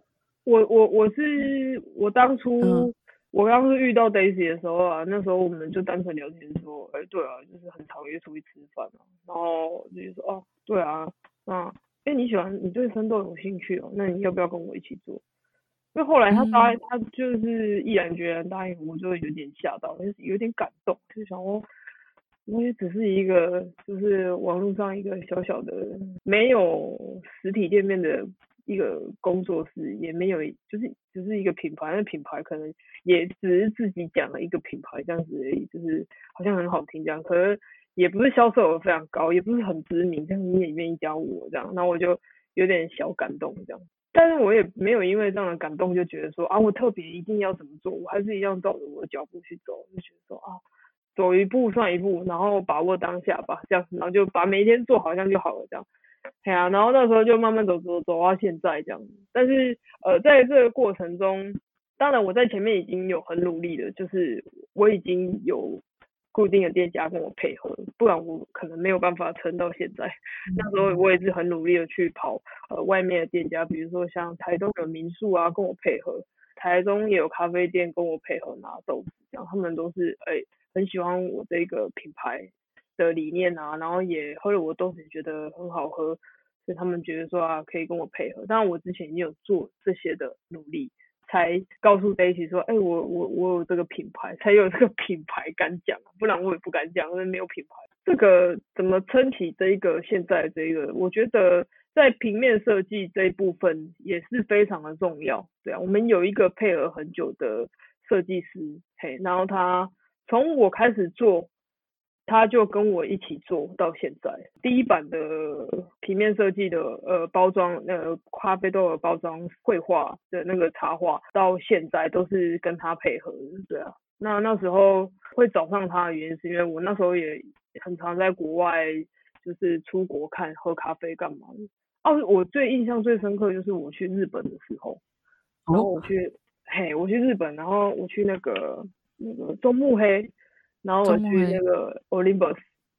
我当初遇到 Daisy 的时候啊，那时候我们就单纯聊天说，对啊，就是很常约出去吃饭啊，然后就说哦，对啊，那你对生豆有兴趣哦，那你要不要跟我一起做？因为后来他就是毅然决然答应我，就有点吓到，就是有点感动，就想说，我也只是一个就是网络上一个小小的没有实体店面的一个工作室，也没有只是一个品牌，那品牌可能也只是自己讲了一个品牌这样子而已，就是好像很好听这样，可是也不是销售额非常高，也不是很知名，这样你也愿意教我这样，那我就有点小感动这样。但是我也没有因为这样的感动就觉得说啊，我特别一定要怎么做，我还是一样照着我的脚步去走，就觉得说啊，走一步算一步，然后把握当下吧，这样子，然后就把每一天做好像就好了这样。对啊，然后那时候就慢慢走到现在这样。但是在这个过程中，当然我在前面已经有很努力的，就是我已经有固定的店家跟我配合，不然我可能没有办法撑到现在。那时候我也是很努力的去跑外面的店家，比如说像台东有民宿啊跟我配合，台中也有咖啡店跟我配合拿豆子，这样他们都是很喜欢我这个品牌的理念啊，然后也喝了我豆子觉得很好喝，所以他们觉得说啊可以跟我配合。当然我之前已经有做这些的努力，才告诉 Daisy 说，我有这个品牌，才有这个品牌敢讲，不然我也不敢讲，因为没有品牌。这个怎么撑起这一个现在这一个，我觉得在平面设计这一部分也是非常的重要。对啊，我们有一个配合很久的设计师，然后他从我开始做，他就跟我一起做到现在。第一版的平面设计的包装，咖啡豆的包装绘画的那个插画，到现在都是跟他配合的。对啊，那时候会找上他的原因是因为我那时候也很常在国外，就是出国喝咖啡干嘛的。我最印象最深刻就是我去日本的时候，然后我去日本，然后我去那个中目黑。然后我去那个 Olympus，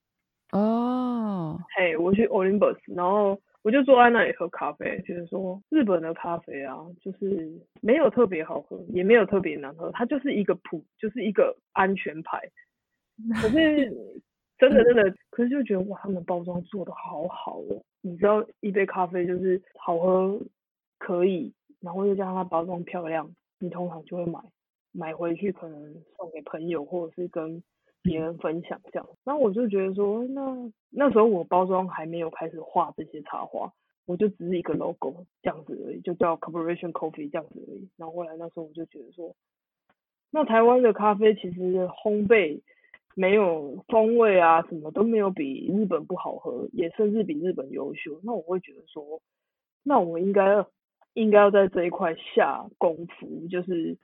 我去 Olympus， 然后我就坐在那里喝咖啡，就是说日本的咖啡啊，就是没有特别好喝，也没有特别难喝，它就是一个安全牌。可是真的，可是就觉得哇，他们包装做的好好哦。你知道一杯咖啡就是好喝可以，然后又加上它包装漂亮，你通常就会买回去，可能送给朋友或者是跟别人分享这样。然后我就觉得说，那时候我包装还没有开始画这些插画，我就只是一个 logo 这样子而已，就叫 Corporation Coffee 这样子而已。然后后来那时候我就觉得说，那台湾的咖啡其实烘焙没有风味啊，什么都没有比日本不好喝，也甚至比日本优秀。那我会觉得说，那我应该要在这一块下功夫，就是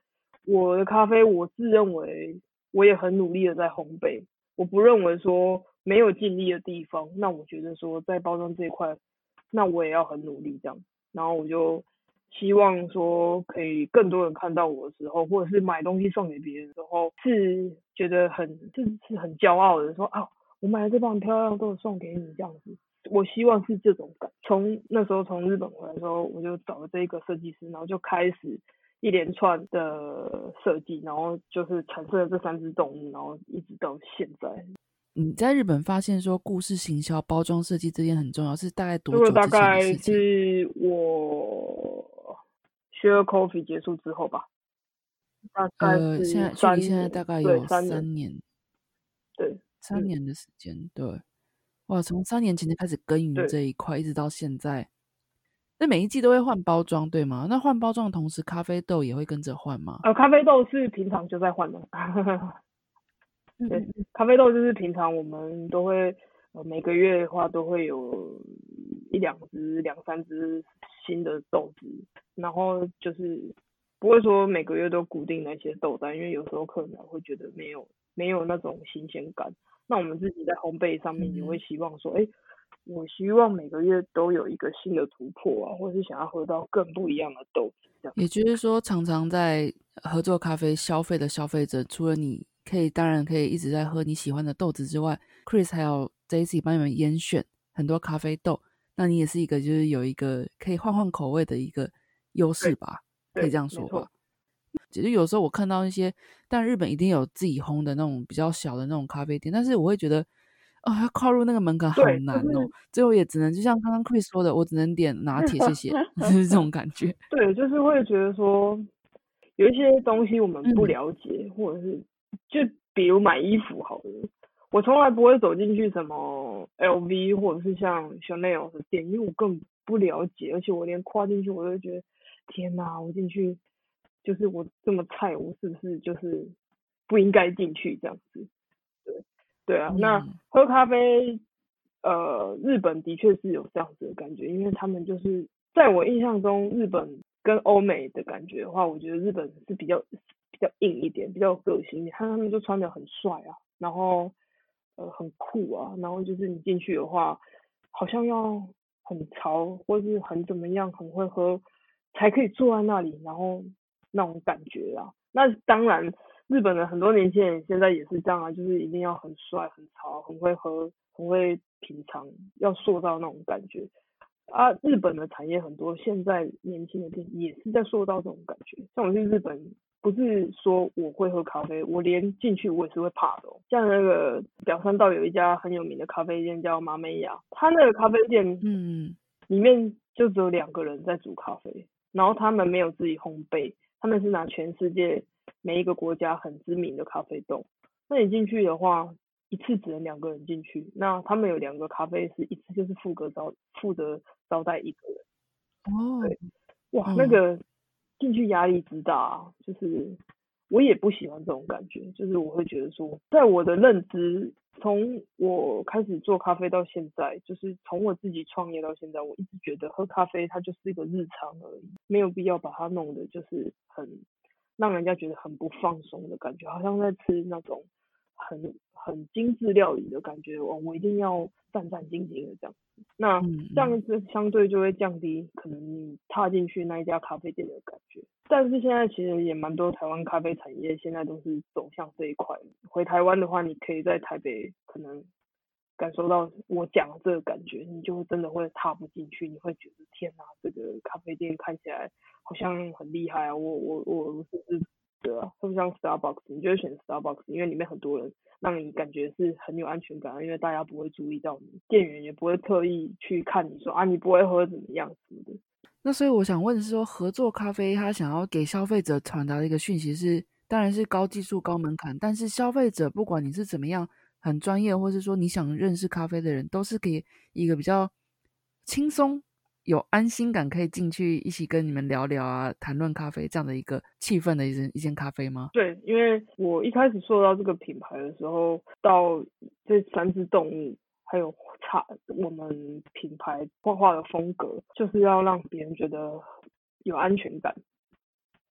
我的咖啡，我自认为我也很努力的在烘焙，我不认为说没有尽力的地方，那我觉得说在包装这一块，那我也要很努力这样。然后我就希望说可以更多人看到我的时候，或者是买东西送给别人的时候，是觉得是很骄傲的说啊，我买了这包很漂亮的豆子送给你这样子。我希望是这种感。那时候从日本回来的时候，我就找了这一个设计师，然后就开始一连串的设计，然后就是产生了这3只动物，然后一直到现在。 你在日本发现说故事行销、包装设计这件很重要，是大概多这个久之前的事情？ 大概是我学了 coffee 结束之后吧，大概是距离现在大概有3年， 对 ，3年的时间，对。哇，从3年前就开始耕耘这一块，一直到现在。那每一季都会换包装，对吗？那换包装的同时，咖啡豆也会跟着换吗？ 咖啡豆是平常就在换的。对，咖啡豆就是平常我们都会每个月的话都会有1-2只、2-3只新的豆子，然后就是不会说每个月都固定那些豆单，因为有时候客人会觉得没有那种新鲜感。那我们自己在烘焙上面也会希望说，我希望每个月都有一个新的突破啊，或是想要喝到更不一样的豆子这样。 也就是说，常常在合作咖啡消费的消费者，除了你当然可以一直在喝你喜欢的豆子之外， Chris 还有 Daisy 帮你们严选很多咖啡豆，那你也是一个就是有一个可以换换口味的一个优势吧，可以这样说吧。其实有时候我看到一些，但日本一定有自己烘的那种比较小的那种咖啡店，但是我会觉得要跨入那个门槛好难哦，最后也只能就像刚刚 Chris 说的，我只能点拿铁谢谢就是这种感觉。 对，就是会觉得说有一些东西我们不了解，或者是就比如买衣服好了，我从来不会走进去什么 LV 或者是像 Chanel 的店，因为我根本不了解，而且我连跨进去我都觉得天哪，我进去就是我这么菜，我是不是就是不应该进去这样子？对啊，那喝咖啡，日本的确是有这样子的感觉，因为他们就是在我印象中，日本跟欧美的感觉的话，我觉得日本是比较硬一点，比较有个性。你看他们就穿得很帅啊，然后很酷啊，然后就是你进去的话，好像要很潮或是很怎么样，很会喝才可以坐在那里，然后那种感觉啊。那当然。日本的很多年轻人现在也是这样啊，就是一定要很帅、很潮、很会喝、很会品尝，要塑造那种感觉啊。日本的产业很多，现在年轻的店也是在塑造这种感觉。像我去日本，不是说我会喝咖啡，我连进去我也是会怕的哦。像那个表参道有一家很有名的咖啡店叫麻美雅，他那个咖啡店里面就只有2个人在煮咖啡，然后他们没有自己烘焙，他们是拿全世界每一个国家很知名的咖啡豆，那你进去的话，一次只能2个人进去。那他们有2个咖啡师，一次就是负责招待1个人。 哦， 对，哇，那个进去压力之大啊，就是我也不喜欢这种感觉，就是我会觉得说，在我的认知，从我开始做咖啡到现在，就是从我自己创业到现在，我一直觉得喝咖啡它就是一个日常而已，没有必要把它弄得就是很让人家觉得很不放松的感觉，好像在吃那种很精致料理的感觉，我一定要战战兢兢的这样子。那这样子相对就会降低可能你踏进去那一家咖啡店的感觉。但是现在其实也蛮多台湾咖啡产业现在都是走向这一块。回台湾的话，你可以在台北可能感受到我讲的这个感觉，你就真的会踏不进去，你会觉得天哪，这个咖啡店看起来好像很厉害啊！我是不是对啊？会不像 Starbucks， 你就会选 Starbucks， 因为里面很多人，让你感觉是很有安全感，因为大家不会注意到你，店员也不会特意去看你说啊你不会喝怎么样什么的。 那所以我想问的是说，合作咖啡他想要给消费者传达的一个讯息是，当然是高技术高门槛，但是消费者不管你是怎么样很专业，或是说你想认识咖啡的人，都是可以一个比较轻松有安心感可以进去一起跟你们聊聊啊，谈论咖啡这样的一个气氛的一间咖啡吗？ 对，因为我一开始做到这个品牌的时候，到这3只动物还有我们品牌画画的风格，就是要让别人觉得有安全感。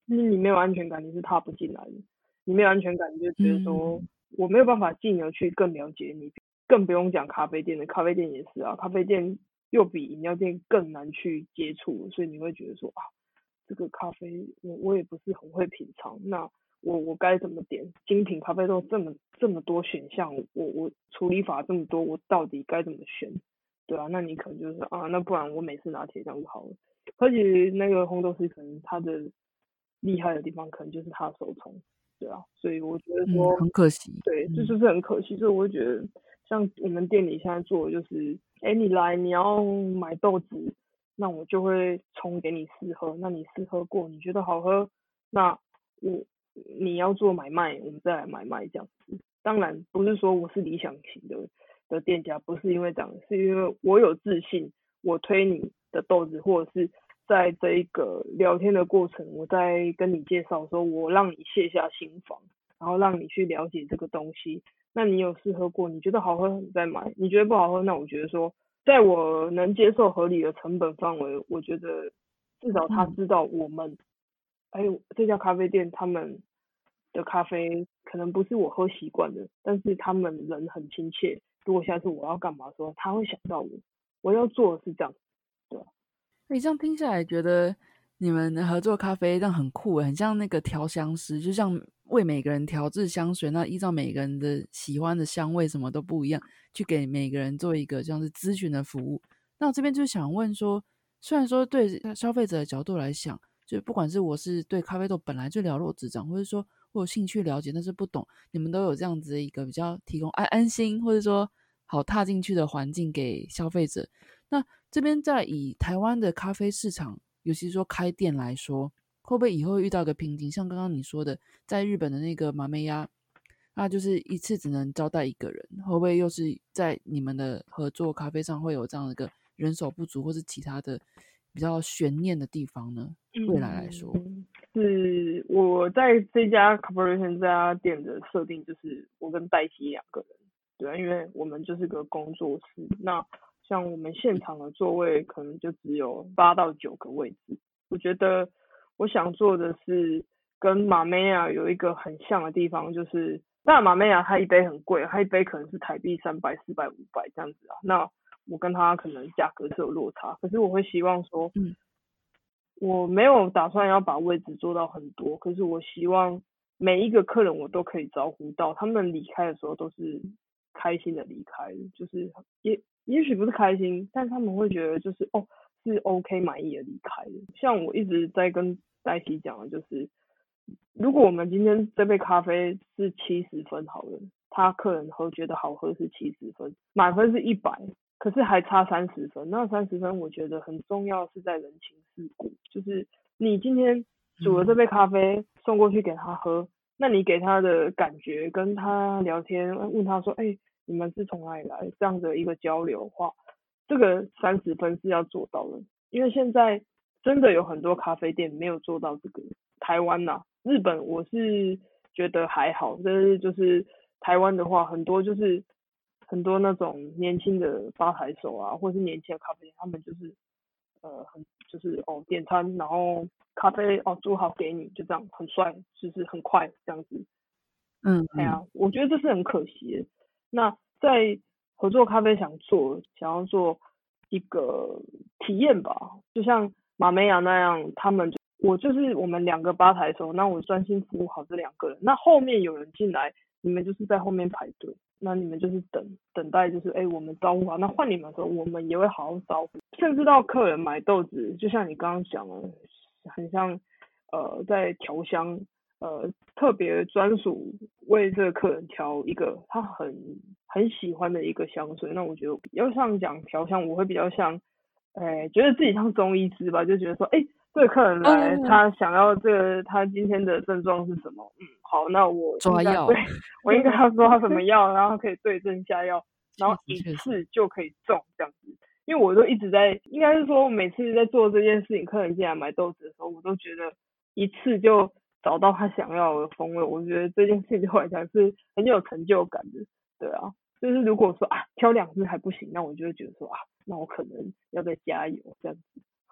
你没有安全感，你是踏不进来的。你没有安全感，你就觉得说我没有办法进而去更了解你，更不用讲咖啡店的，咖啡店也是啊，咖啡店又比饮料店更难去接触，所以你会觉得说啊，这个咖啡我也不是很会品尝，那我该怎么点？精品咖啡豆这么多选项，我处理法这么多，我到底该怎么选？对啊，那你可能就是啊，那不然我美式拿铁这样就好了。而且那个烘豆师可能他的厉害的地方，可能就是他的手冲，对啊，所以我觉得说， 很可惜， 对，这就是很可惜。所以我会觉得，像我们店里现在做的就是，哎，你来你要买豆子，那我就会冲给你试喝，那你试喝过，你觉得好喝，那你要做买卖，我们再来买卖这样子。当然不是说我是理想型的店家，不是因为这样，是因为我有自信，我推你的豆子，或者是在这一个聊天的过程，我在跟你介绍的时候，我让你卸下心防，然后让你去了解这个东西。那你有试喝过，你觉得好喝，你再买；你觉得不好喝，那我觉得说，在我能接受合理的成本范围，我觉得至少他知道我们，哎，这家咖啡店他们的咖啡可能不是我喝习惯的，但是他们人很亲切。如果下次我要干嘛的时候，他会想到我。我要做的是这样，对吧？ 你这样听下来，觉得你们的合作咖啡这样很酷，很像那个调香师，就像为每个人调制香水，那依照每个人的喜欢的香味什么都不一样，去给每个人做一个像是咨询的服务。那我这边就想问说，虽然说对消费者的角度来想，就不管是我是对咖啡豆本来就了若指掌，或者说我有兴趣了解但是不懂，你们都有这样子的一个比较提供安心或者说好踏进去的环境给消费者。那这边在以台湾的咖啡市场，尤其是说开店来说，会不会以后遇到一个瓶颈？像刚刚你说的，在日本的那个马梅亚，那就是一次只能招待一个人，会不会又是在你们的合作咖啡上会有这样的一个人手不足，或是其他的比较悬念的地方呢？未来来说， 是我在这家 corporation 这家店的设定就是我跟黛西两个人，对啊，因为我们就是个工作室，那像我们现场的座位可能就只有8到9个位置。我觉得我想做的是跟马梅亚有一个很像的地方，就是当然马梅亚它一杯很贵，它一杯可能是台币300、400、500这样子啊。那我跟它可能价格是有落差，可是我会希望说，我没有打算要把位置做到很多，可是我希望每一个客人我都可以招呼到，他们离开的时候都是开心的离开的，就是也许不是开心，但他们会觉得就是是 OK 满意的离开的。像我一直在跟黛西讲的，就是如果我们今天这杯咖啡是70分好了，他客人觉得好喝是70分，满分是100，可是还差30分。那30分我觉得很重要，是在人情世故，就是你今天煮了这杯咖啡送过去给他喝，那你给他的感觉，跟他聊天，问他说，你们是从哪里来？这样的一个交流的话，这个30分是要做到的。因为现在真的有很多咖啡店没有做到这个。台湾呐，日本我是觉得还好，但是就是台湾的话，很多那种年轻的吧台手啊，或是年轻的咖啡店，他们就是就是点餐，然后咖啡煮好给你，就这样很帅，就是很快这样子。对啊，我觉得这是很可惜的。那在合作咖啡想要做一个体验吧，就像马梅亚那样，我就是我们2个吧台手，那我专心服务好这2个人，那后面有人进来，你们就是在后面排队，那你们就是等待，就是我们招呼好，那换你们的时候，我们也会好好招呼，甚至到客人买豆子，就像你刚刚讲的，很像在调香，特别专属为这个客人调一个他很喜欢的一个香水。那我觉得要像讲调香，我会比较像，觉得自己像中医师吧，就觉得说，这个客人来，他想要他今天的症状是什么？好，那我抓药， 对，我应该要抓什么药，然后可以对症下药，然后一次就可以中这样子。因为我都一直在，应该是说每次在做这件事情，客人进来买豆子的时候，我都觉得一次就找到他想要的风味，我觉得这件事情对我来讲是很有成就感的。对啊，就是如果说挑2次还不行，那我就会觉得说那我可能要再加油这样子。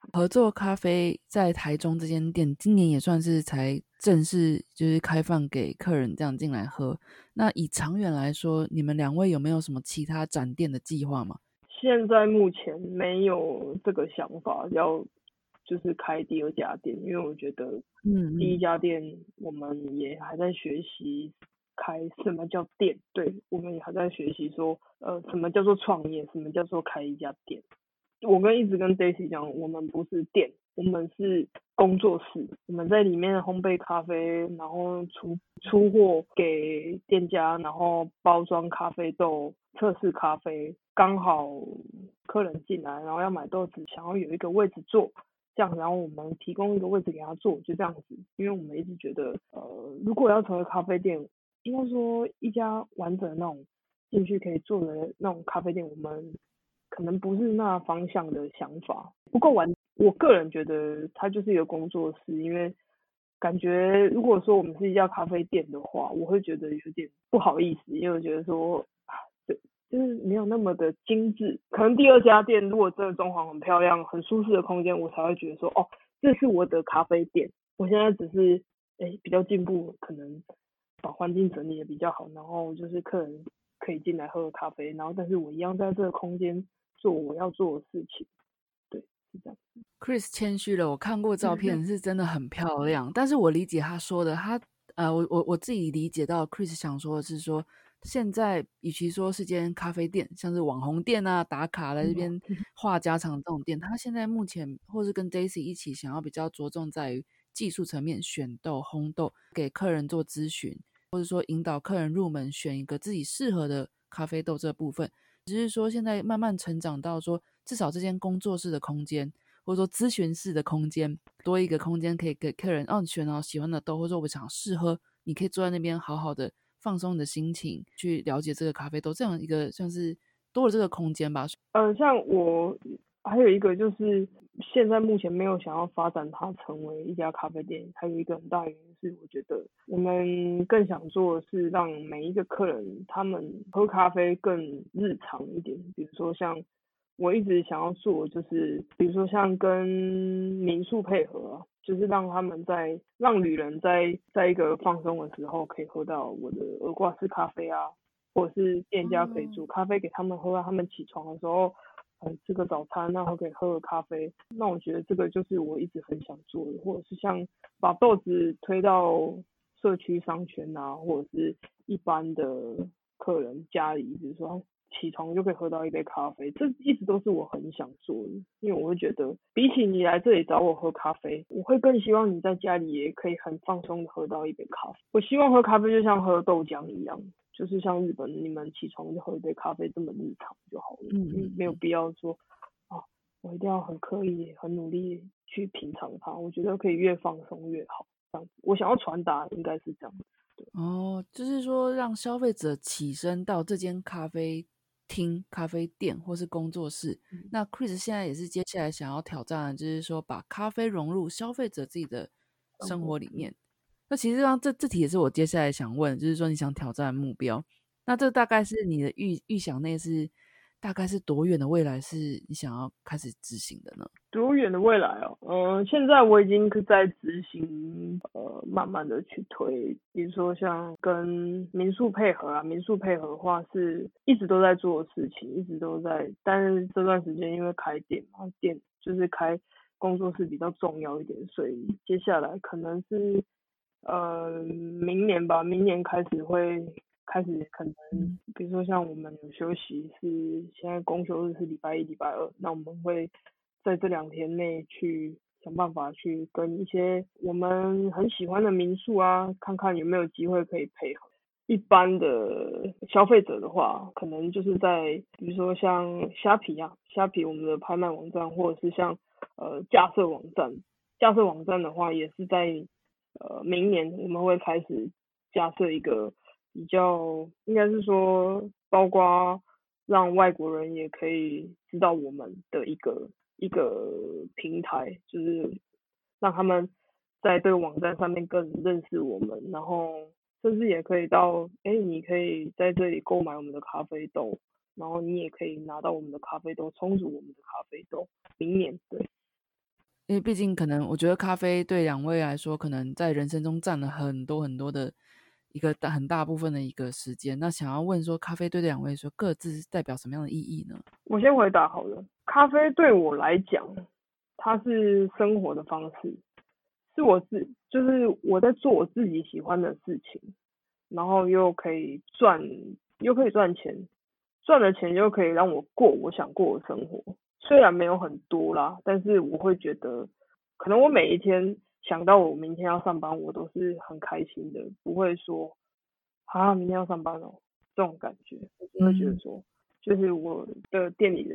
合作咖啡在台中这间店今年也算是才正式就是开放给客人这样进来喝，那以长远来说，你们两位有没有什么其他展店的计划吗？ 现在目前没有这个想法要就是开第二家店，因为我觉得第一家店我们也还在学习开什么叫店，对，我们也还在学习说什么叫做创业，什么叫做开一家店。我一直跟 Daisy 讲，我们不是店，我们是工作室，我们在里面烘焙咖啡，然后出货给店家，然后包装咖啡豆，测试咖啡，刚好客人进来，然后要买豆子，想要有一个位置坐，这样，然后我们提供一个位置给他坐，就这样子。因为我们一直觉得，如果要成为咖啡店，应该说一家完整的那种进去可以做的那种咖啡店，我们可能不是那方向的想法，不够完。我个人觉得它就是一个工作室，因为感觉如果说我们是一家咖啡店的话，我会觉得有点不好意思，因为我觉得说就是没有那么的精致。可能第二家店如果真的装潢很漂亮、很舒适的空间，我才会觉得说，哦，这是我的咖啡店。我现在只是比较进步，可能把环境整理的比较好，然后就是客人可以进来喝咖啡，然后但是我一样在这个空间做我要做的事情。对，是这样。 Chris 谦虚了，我看过照片是真的很漂亮，但是我理解他说的，我自己理解到 Chris 想说的是说，现在与其说是间咖啡店，像是网红店啊，打卡来这边话家常这种店，他现在目前或是跟 Daisy 一起想要比较着重在于技术层面，选豆、烘豆，给客人做咨询，或者说引导客人入门，选一个自己适合的咖啡豆这部分。只是说现在慢慢成长到说，至少这间工作室的空间，或者说咨询室的空间，多一个空间可以给客人你选到喜欢的豆，或者说我想试喝，你可以坐在那边好好的放松你的心情，去了解这个咖啡豆，这样一个算是多了这个空间吧。 像我还有一个就是现在目前没有想要发展它成为一家咖啡店，还有一个很大原因是我觉得我们更想做的是让每一个客人他们喝咖啡更日常一点，比如说像我一直想要做就是比如说像跟民宿配合啊，就是让旅人在一个放松的时候可以喝到我的耳挂式咖啡啊，或者是店家可以煮咖啡给他们喝，他们起床的时候吃个早餐，然后可以喝个咖啡。那我觉得这个就是我一直很想做的，或者是像把豆子推到社区商圈啊，或者是一般的客人家里，比如说起床就可以喝到一杯咖啡，这一直都是我很想做的。因为我会觉得比起你来这里找我喝咖啡，我会更希望你在家里也可以很放松的喝到一杯咖啡。我希望喝咖啡就像喝豆浆一样，就是像日本你们起床就喝一杯咖啡这么日常就好了，没有必要说我一定要很刻意很努力去品尝它。我觉得可以越放松越好，这样子我想要传达应该是这样子。 就是说让消费者起身到这间咖啡厅、咖啡店或是工作室。那 Chris 现在也是接下来想要挑战的，就是说把咖啡融入消费者自己的生活里面。那其实这题也是我接下来想问，就是说你想挑战的目标。那这大概是你的预想内是大概是多远的未来是你想要开始执行的呢？ 多远的未来哦？现在我已经在执行，慢慢的去推，比如说像跟民宿配合啊，民宿配合的话是一直都在做的事情，一直都在，但是这段时间因为开店嘛，店就是开工作室比较重要一点，所以接下来可能是明年吧，明年开始可能，比如说像我们有休息是现在公休日是礼拜一、礼拜二，那我们会在这2天内去想办法去跟一些我们很喜欢的民宿啊，看看有没有机会可以配合。一般的消费者的话，可能就是在比如说像虾皮啊，虾皮我们的拍卖网站，或者是像架设网站，架设网站的话也是在明年我们会开始架设一个比较，应该是说包括让外国人也可以知道我们的一个平台，就是让他们在这个网站上面更认识我们，然后甚至也可以到你可以在这里购买我们的咖啡豆，然后你也可以拿到我们的咖啡豆，冲煮我们的咖啡豆。明年对。 因为毕竟可能我觉得咖啡对两位来说可能在人生中占了很多很多的一个很大部分的一个时间，那想要问说咖啡对两位说各自代表什么样的意义呢？ 我先回答好了，咖啡对我来讲它是生活的方式，是就是我在做我自己喜欢的事情，然后又可以赚钱，赚了钱就可以让我过我想过的生活。虽然没有很多啦，但是我会觉得，可能我每一天想到我明天要上班，我都是很开心的，不会说啊明天要上班哦这种感觉，我会觉得说，就是我的店里的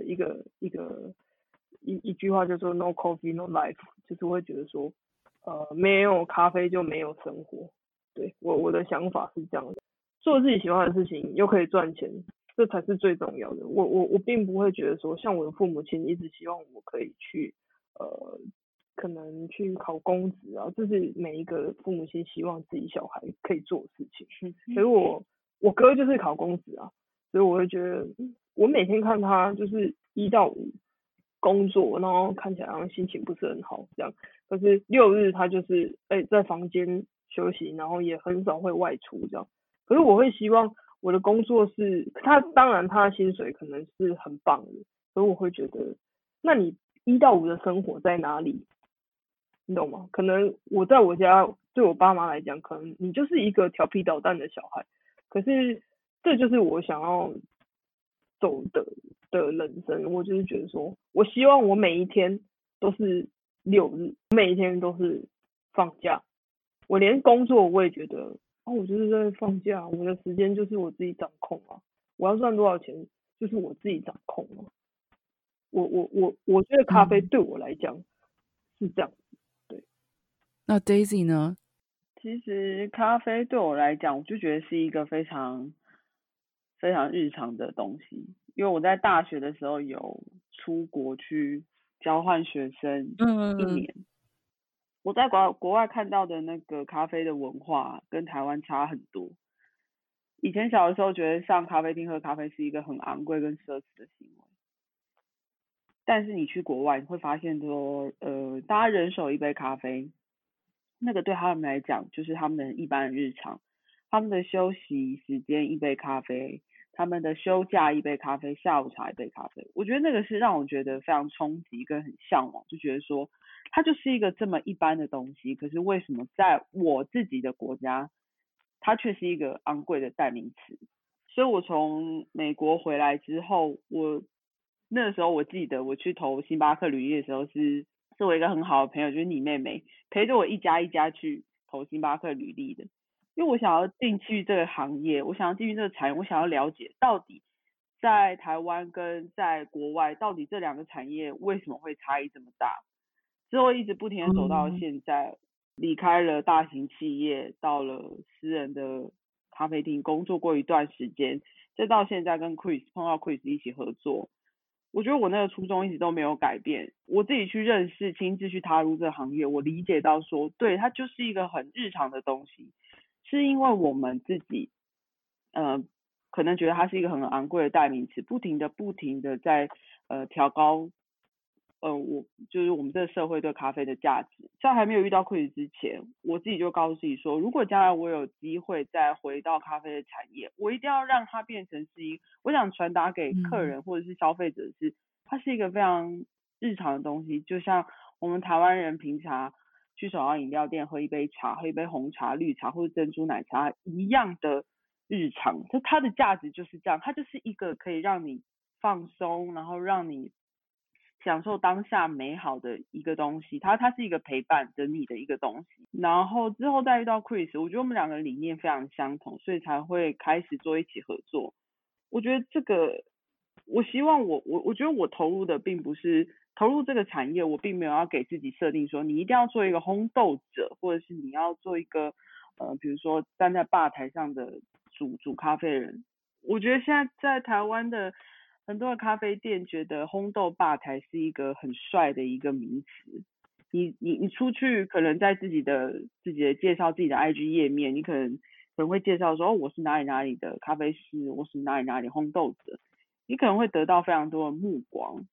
一句话叫做 No coffee no life， 就是我会觉得说，没有咖啡就没有生活。对，我的想法是这样的，做自己喜欢的事情又可以赚钱，这才是最重要的。我并不会觉得说，像我的父母亲一直希望我可以去可能去考公职啊，这是每一个父母亲希望自己小孩可以做的事情。所以我哥就是考公职啊，所以我会觉得，我每天看他就是1到5工作，然后看起来好像心情不是很好这样。可是6日他就是在房间休息，然后也很少会外出这样。可是我会希望我的工作是，当然他的薪水可能是很棒的，所以我会觉得，那你1到5的生活在哪里？你懂吗？可能我在我家对我爸妈来讲，可能你就是一个调皮捣蛋的小孩，可是这就是我想要走的人生。我就是觉得说，我希望我每一天都是6日，每一天都是放假。我连工作我也觉得，我就是在放假，我的时间就是我自己掌控啊，我要赚多少钱就是我自己掌控啊。我觉得咖啡对我来讲是这样。 那 Daisy 呢？ 其实咖啡对我来讲，我就觉得是一个非常非常日常的东西。因为我在大学的时候有出国去交换学生1年，我在国外看到的那个咖啡的文化跟台湾差很多。以前小的时候觉得上咖啡厅喝咖啡是一个很昂贵跟奢侈的行为，但是你去国外你会发现说，大家人手一杯咖啡，那个对他们来讲就是他们的一般的日常，他们的休息时间一杯咖啡，他们的休假一杯咖啡，下午茶一杯咖啡。我觉得那个是让我觉得非常冲击跟很向往，就觉得说它就是一个这么一般的东西，可是为什么在我自己的国家它却是一个昂贵的代名词。所以我从美国回来之后，那个时候我记得我去投星巴克履历的时候是我一个很好的朋友，就是你妹妹陪着我一家一家去投星巴克履历的。因为我想要进去这个行业，我想要进去这个产业，我想要了解到底在台湾跟在国外到底这两个产业为什么会差异这么大。之后一直不停的走到现在，离开了大型企业，到了私人的咖啡厅工作过一段时间，再到现在跟 Chris 碰到 Chris 一起合作。我觉得我那个初衷一直都没有改变，我自己去认识，亲自去踏入这个行业，我理解到说，对，它就是一个很日常的东西，是因为我们自己可能觉得它是一个很昂贵的代名词，不停的在调高就是我们这个社会对咖啡的价值。在还没有遇到Chris之前，我自己就告诉自己说，如果将来我有机会再回到咖啡的产业，我一定要让它变成是我想传达给客人或者是消费者是，它是一个非常日常的东西，就像我们台湾人平常去手摇饮料店喝一杯茶，喝一杯红茶、绿茶或者珍珠奶茶一样的日常，它的价值就是这样，它就是一个可以让你放松，然后让你享受当下美好的一个东西，它是一个陪伴着你的一个东西。然后之后再遇到 Chris， 我觉得我们两个理念非常相同，所以才会开始做一起合作。我觉得这个，我希望我觉得我投入的并不是投入这个产业，我并没有要给自己设定说你一定要做一个烘豆者，或者是你要做一个比如说站在吧台上的煮咖啡人。我觉得现在在台湾的很多的咖啡店觉得烘豆吧台是一个很帅的一个名词。你出去可能在自己的介绍自己的 IG 页面，你可能会介绍说，我是哪里的咖啡师，我是哪里烘豆者，你可能会得到非常多的目光。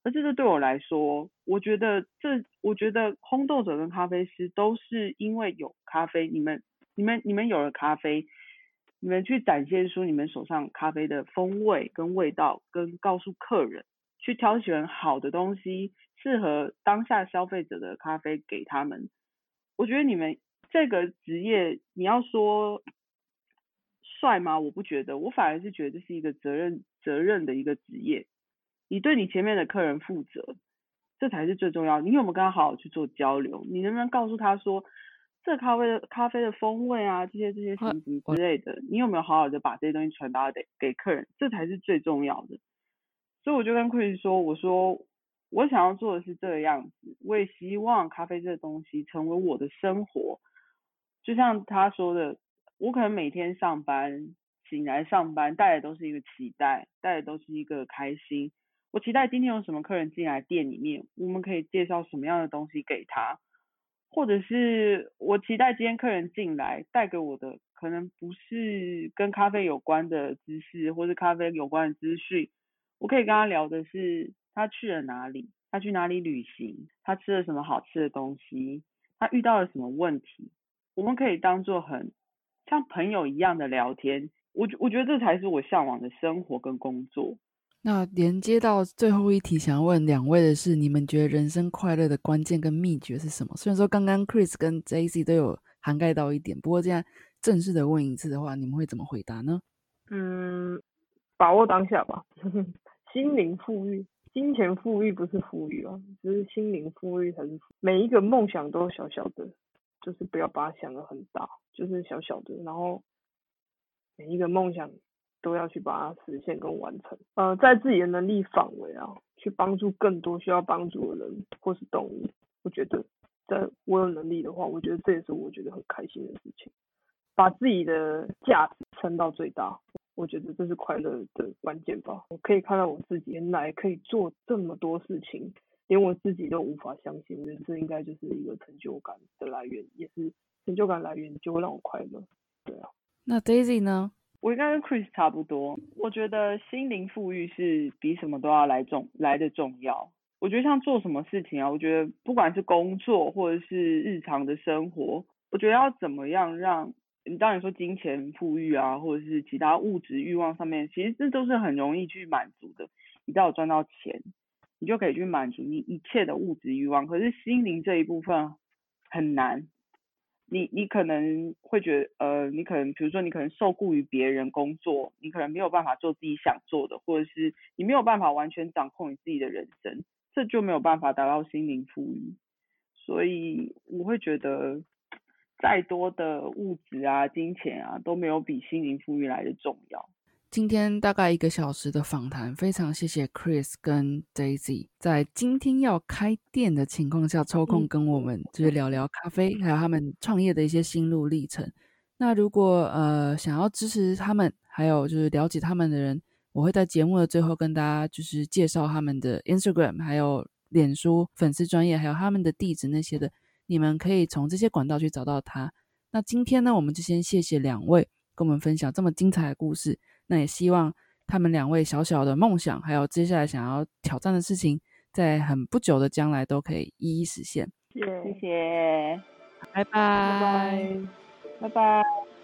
而这对我来说，我觉得烘豆者跟咖啡师都是因为有咖啡，你们有了咖啡，你们去展现出你们手上咖啡的风味跟味道，跟告诉客人去挑选好的东西，适合当下消费者的咖啡给他们。我觉得你们这个职业，你要说帅吗？我不觉得，我反而是觉得这是一个责任的一个职业。你对你前面的客人负责，这才是最重要。你有没有跟他好好去做交流？你能不能告诉他说，这咖啡的风味啊，这些什么之类的，你有没有好好的把这些东西传达给客人？这才是最重要的。所以我就跟 Chris 说，我说我想要做的是这个样子，我也希望咖啡这个东西成为我的生活。就像他说的，我可能每天上班醒来上班带的都是一个期待，带的都是一个开心。我期待今天有什么客人进来店里面，我们可以介绍什么样的东西给他，或者是我期待今天客人进来带给我的可能不是跟咖啡有关的知识，或是咖啡有关的资讯，我可以跟他聊的是他去了哪里，他去哪里旅行，他吃了什么好吃的东西，他遇到了什么问题，我们可以当作很像朋友一样的聊天。我觉得这才是我向往的生活跟工作。 那连接到最后一题，想要问两位的是，你们觉得人生快乐的关键跟秘诀是什么？虽然说刚刚 Chris 跟 JC 都有涵盖到一点，不过这样正式的问一次的话，你们会怎么回答呢？ 把握当下吧。心灵富裕，金钱富裕不是富裕啊，只是心灵富裕才是富裕。每一个梦想都小小的，就是不要把它想得很大，就是小小的，然后每一个梦想都要去把它实现跟完成。在自己的能力范围啊，去帮助更多需要帮助的人或是动物。我觉得，在我有能力的话，我觉得这也是我觉得很开心的事情。把自己的价值撑到最大，我觉得这是快乐的关键吧。我可以看到我自己原来可以做这么多事情，连我自己都无法相信。我觉得这应该就是一个成就感的来源，也是成就感来源就会让我快乐。对啊。 那 Daisy 呢？ 我应该跟 Chris 差不多，我觉得心灵富裕是比什么都要来的重要。我觉得像做什么事情啊，我觉得不管是工作或者是日常的生活，我觉得要怎么样让你当然说金钱富裕啊，或者是其他物质欲望上面，其实这都是很容易去满足的。你只要有赚到钱，你就可以去满足你一切的物质欲望。可是心灵这一部分很难。你可能会觉得你可能比如说你可能受雇于别人工作，你可能没有办法做自己想做的，或者是你没有办法完全掌控你自己的人生，这就没有办法达到心灵富裕。所以我会觉得再多的物质啊金钱啊都没有比心灵富裕来的重要。 今天大概1个小时的访谈，非常谢谢 Chris 跟 Daisy 在今天要开店的情况下抽空跟我们就是聊聊咖啡，还有他们创业的一些心路历程。那如果想要支持他们，还有就是了解他们的人，我会在节目的最后跟大家就是介绍他们的 Instagram 还有脸书粉丝专页，还有他们的地址那些的，你们可以从这些管道去找到他。那今天呢，我们就先谢谢两位跟我们分享这么精彩的故事。那也希望他们两位小小的梦想，还有接下来想要挑战的事情，在很不久的将来都可以一一实现。 谢谢， 拜拜， 拜拜。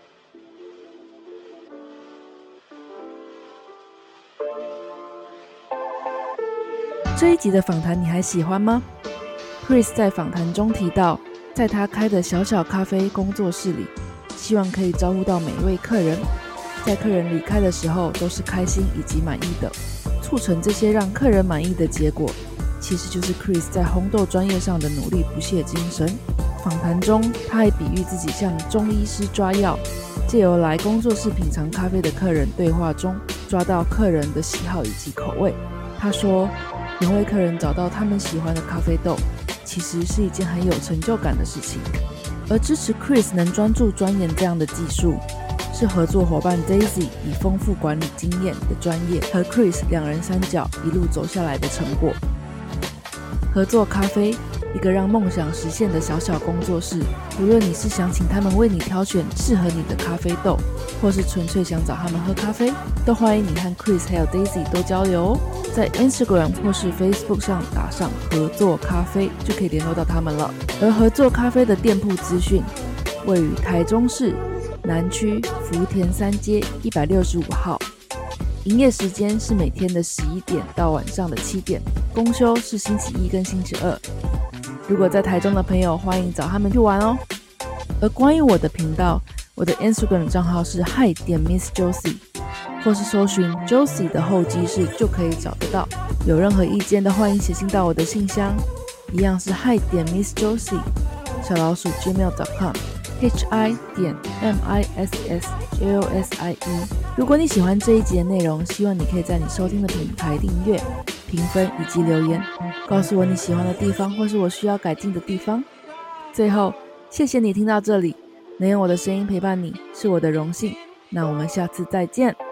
这一集的访谈你还喜欢吗？ Chris 在访谈中提到，在他开的小小咖啡工作室里，希望可以招呼到每一位客人，在客人离开的时候都是开心以及满意的。促成这些让客人满意的结果，其实就是 Chris 在烘豆专业上的努力不懈精神。访谈中，他还比喻自己像中医师抓药，借由来工作室品尝咖啡的客人对话中，抓到客人的喜好以及口味。他说，能为客人找到他们喜欢的咖啡豆，其实是一件很有成就感的事情。而支持 Chris 能专注钻研这样的技术，是合作伙伴 Daisy 以丰富管理经验的专业和 Chris 两人三角一路走下来的成果。合作咖啡，一个让梦想实现的小小工作室，无论你是想请他们为你挑选适合你的咖啡豆， 或是纯粹想找他们喝咖啡，都欢迎你和 Chris 还有 Daisy 多交流哦。在 Instagram 或是 Facebook 上打上合作咖啡就可以联络到他们了。而合作咖啡的店铺资讯位于台中市南区福田3街165号，营业时间是每天的11点到晚上的7点，公休是星期一跟星期二。如果在台中的朋友，欢迎找他们去玩哦。而关于我的频道，我的 Instagram 账号是 hi.Miss Josie， 或是搜寻 Josie 的候机室就可以找得到。有任何意见的欢迎写信到我的信箱，一样是 hi.Miss Josie @gmail.com hi.MISSJOSIE。 如果你喜欢这一集的内容，希望你可以在你收听的平台订阅、评分以及留言，告诉我你喜欢的地方或是我需要改进的地方。最后，谢谢你听到这里，能用我的声音陪伴你是我的荣幸。那我们下次再见。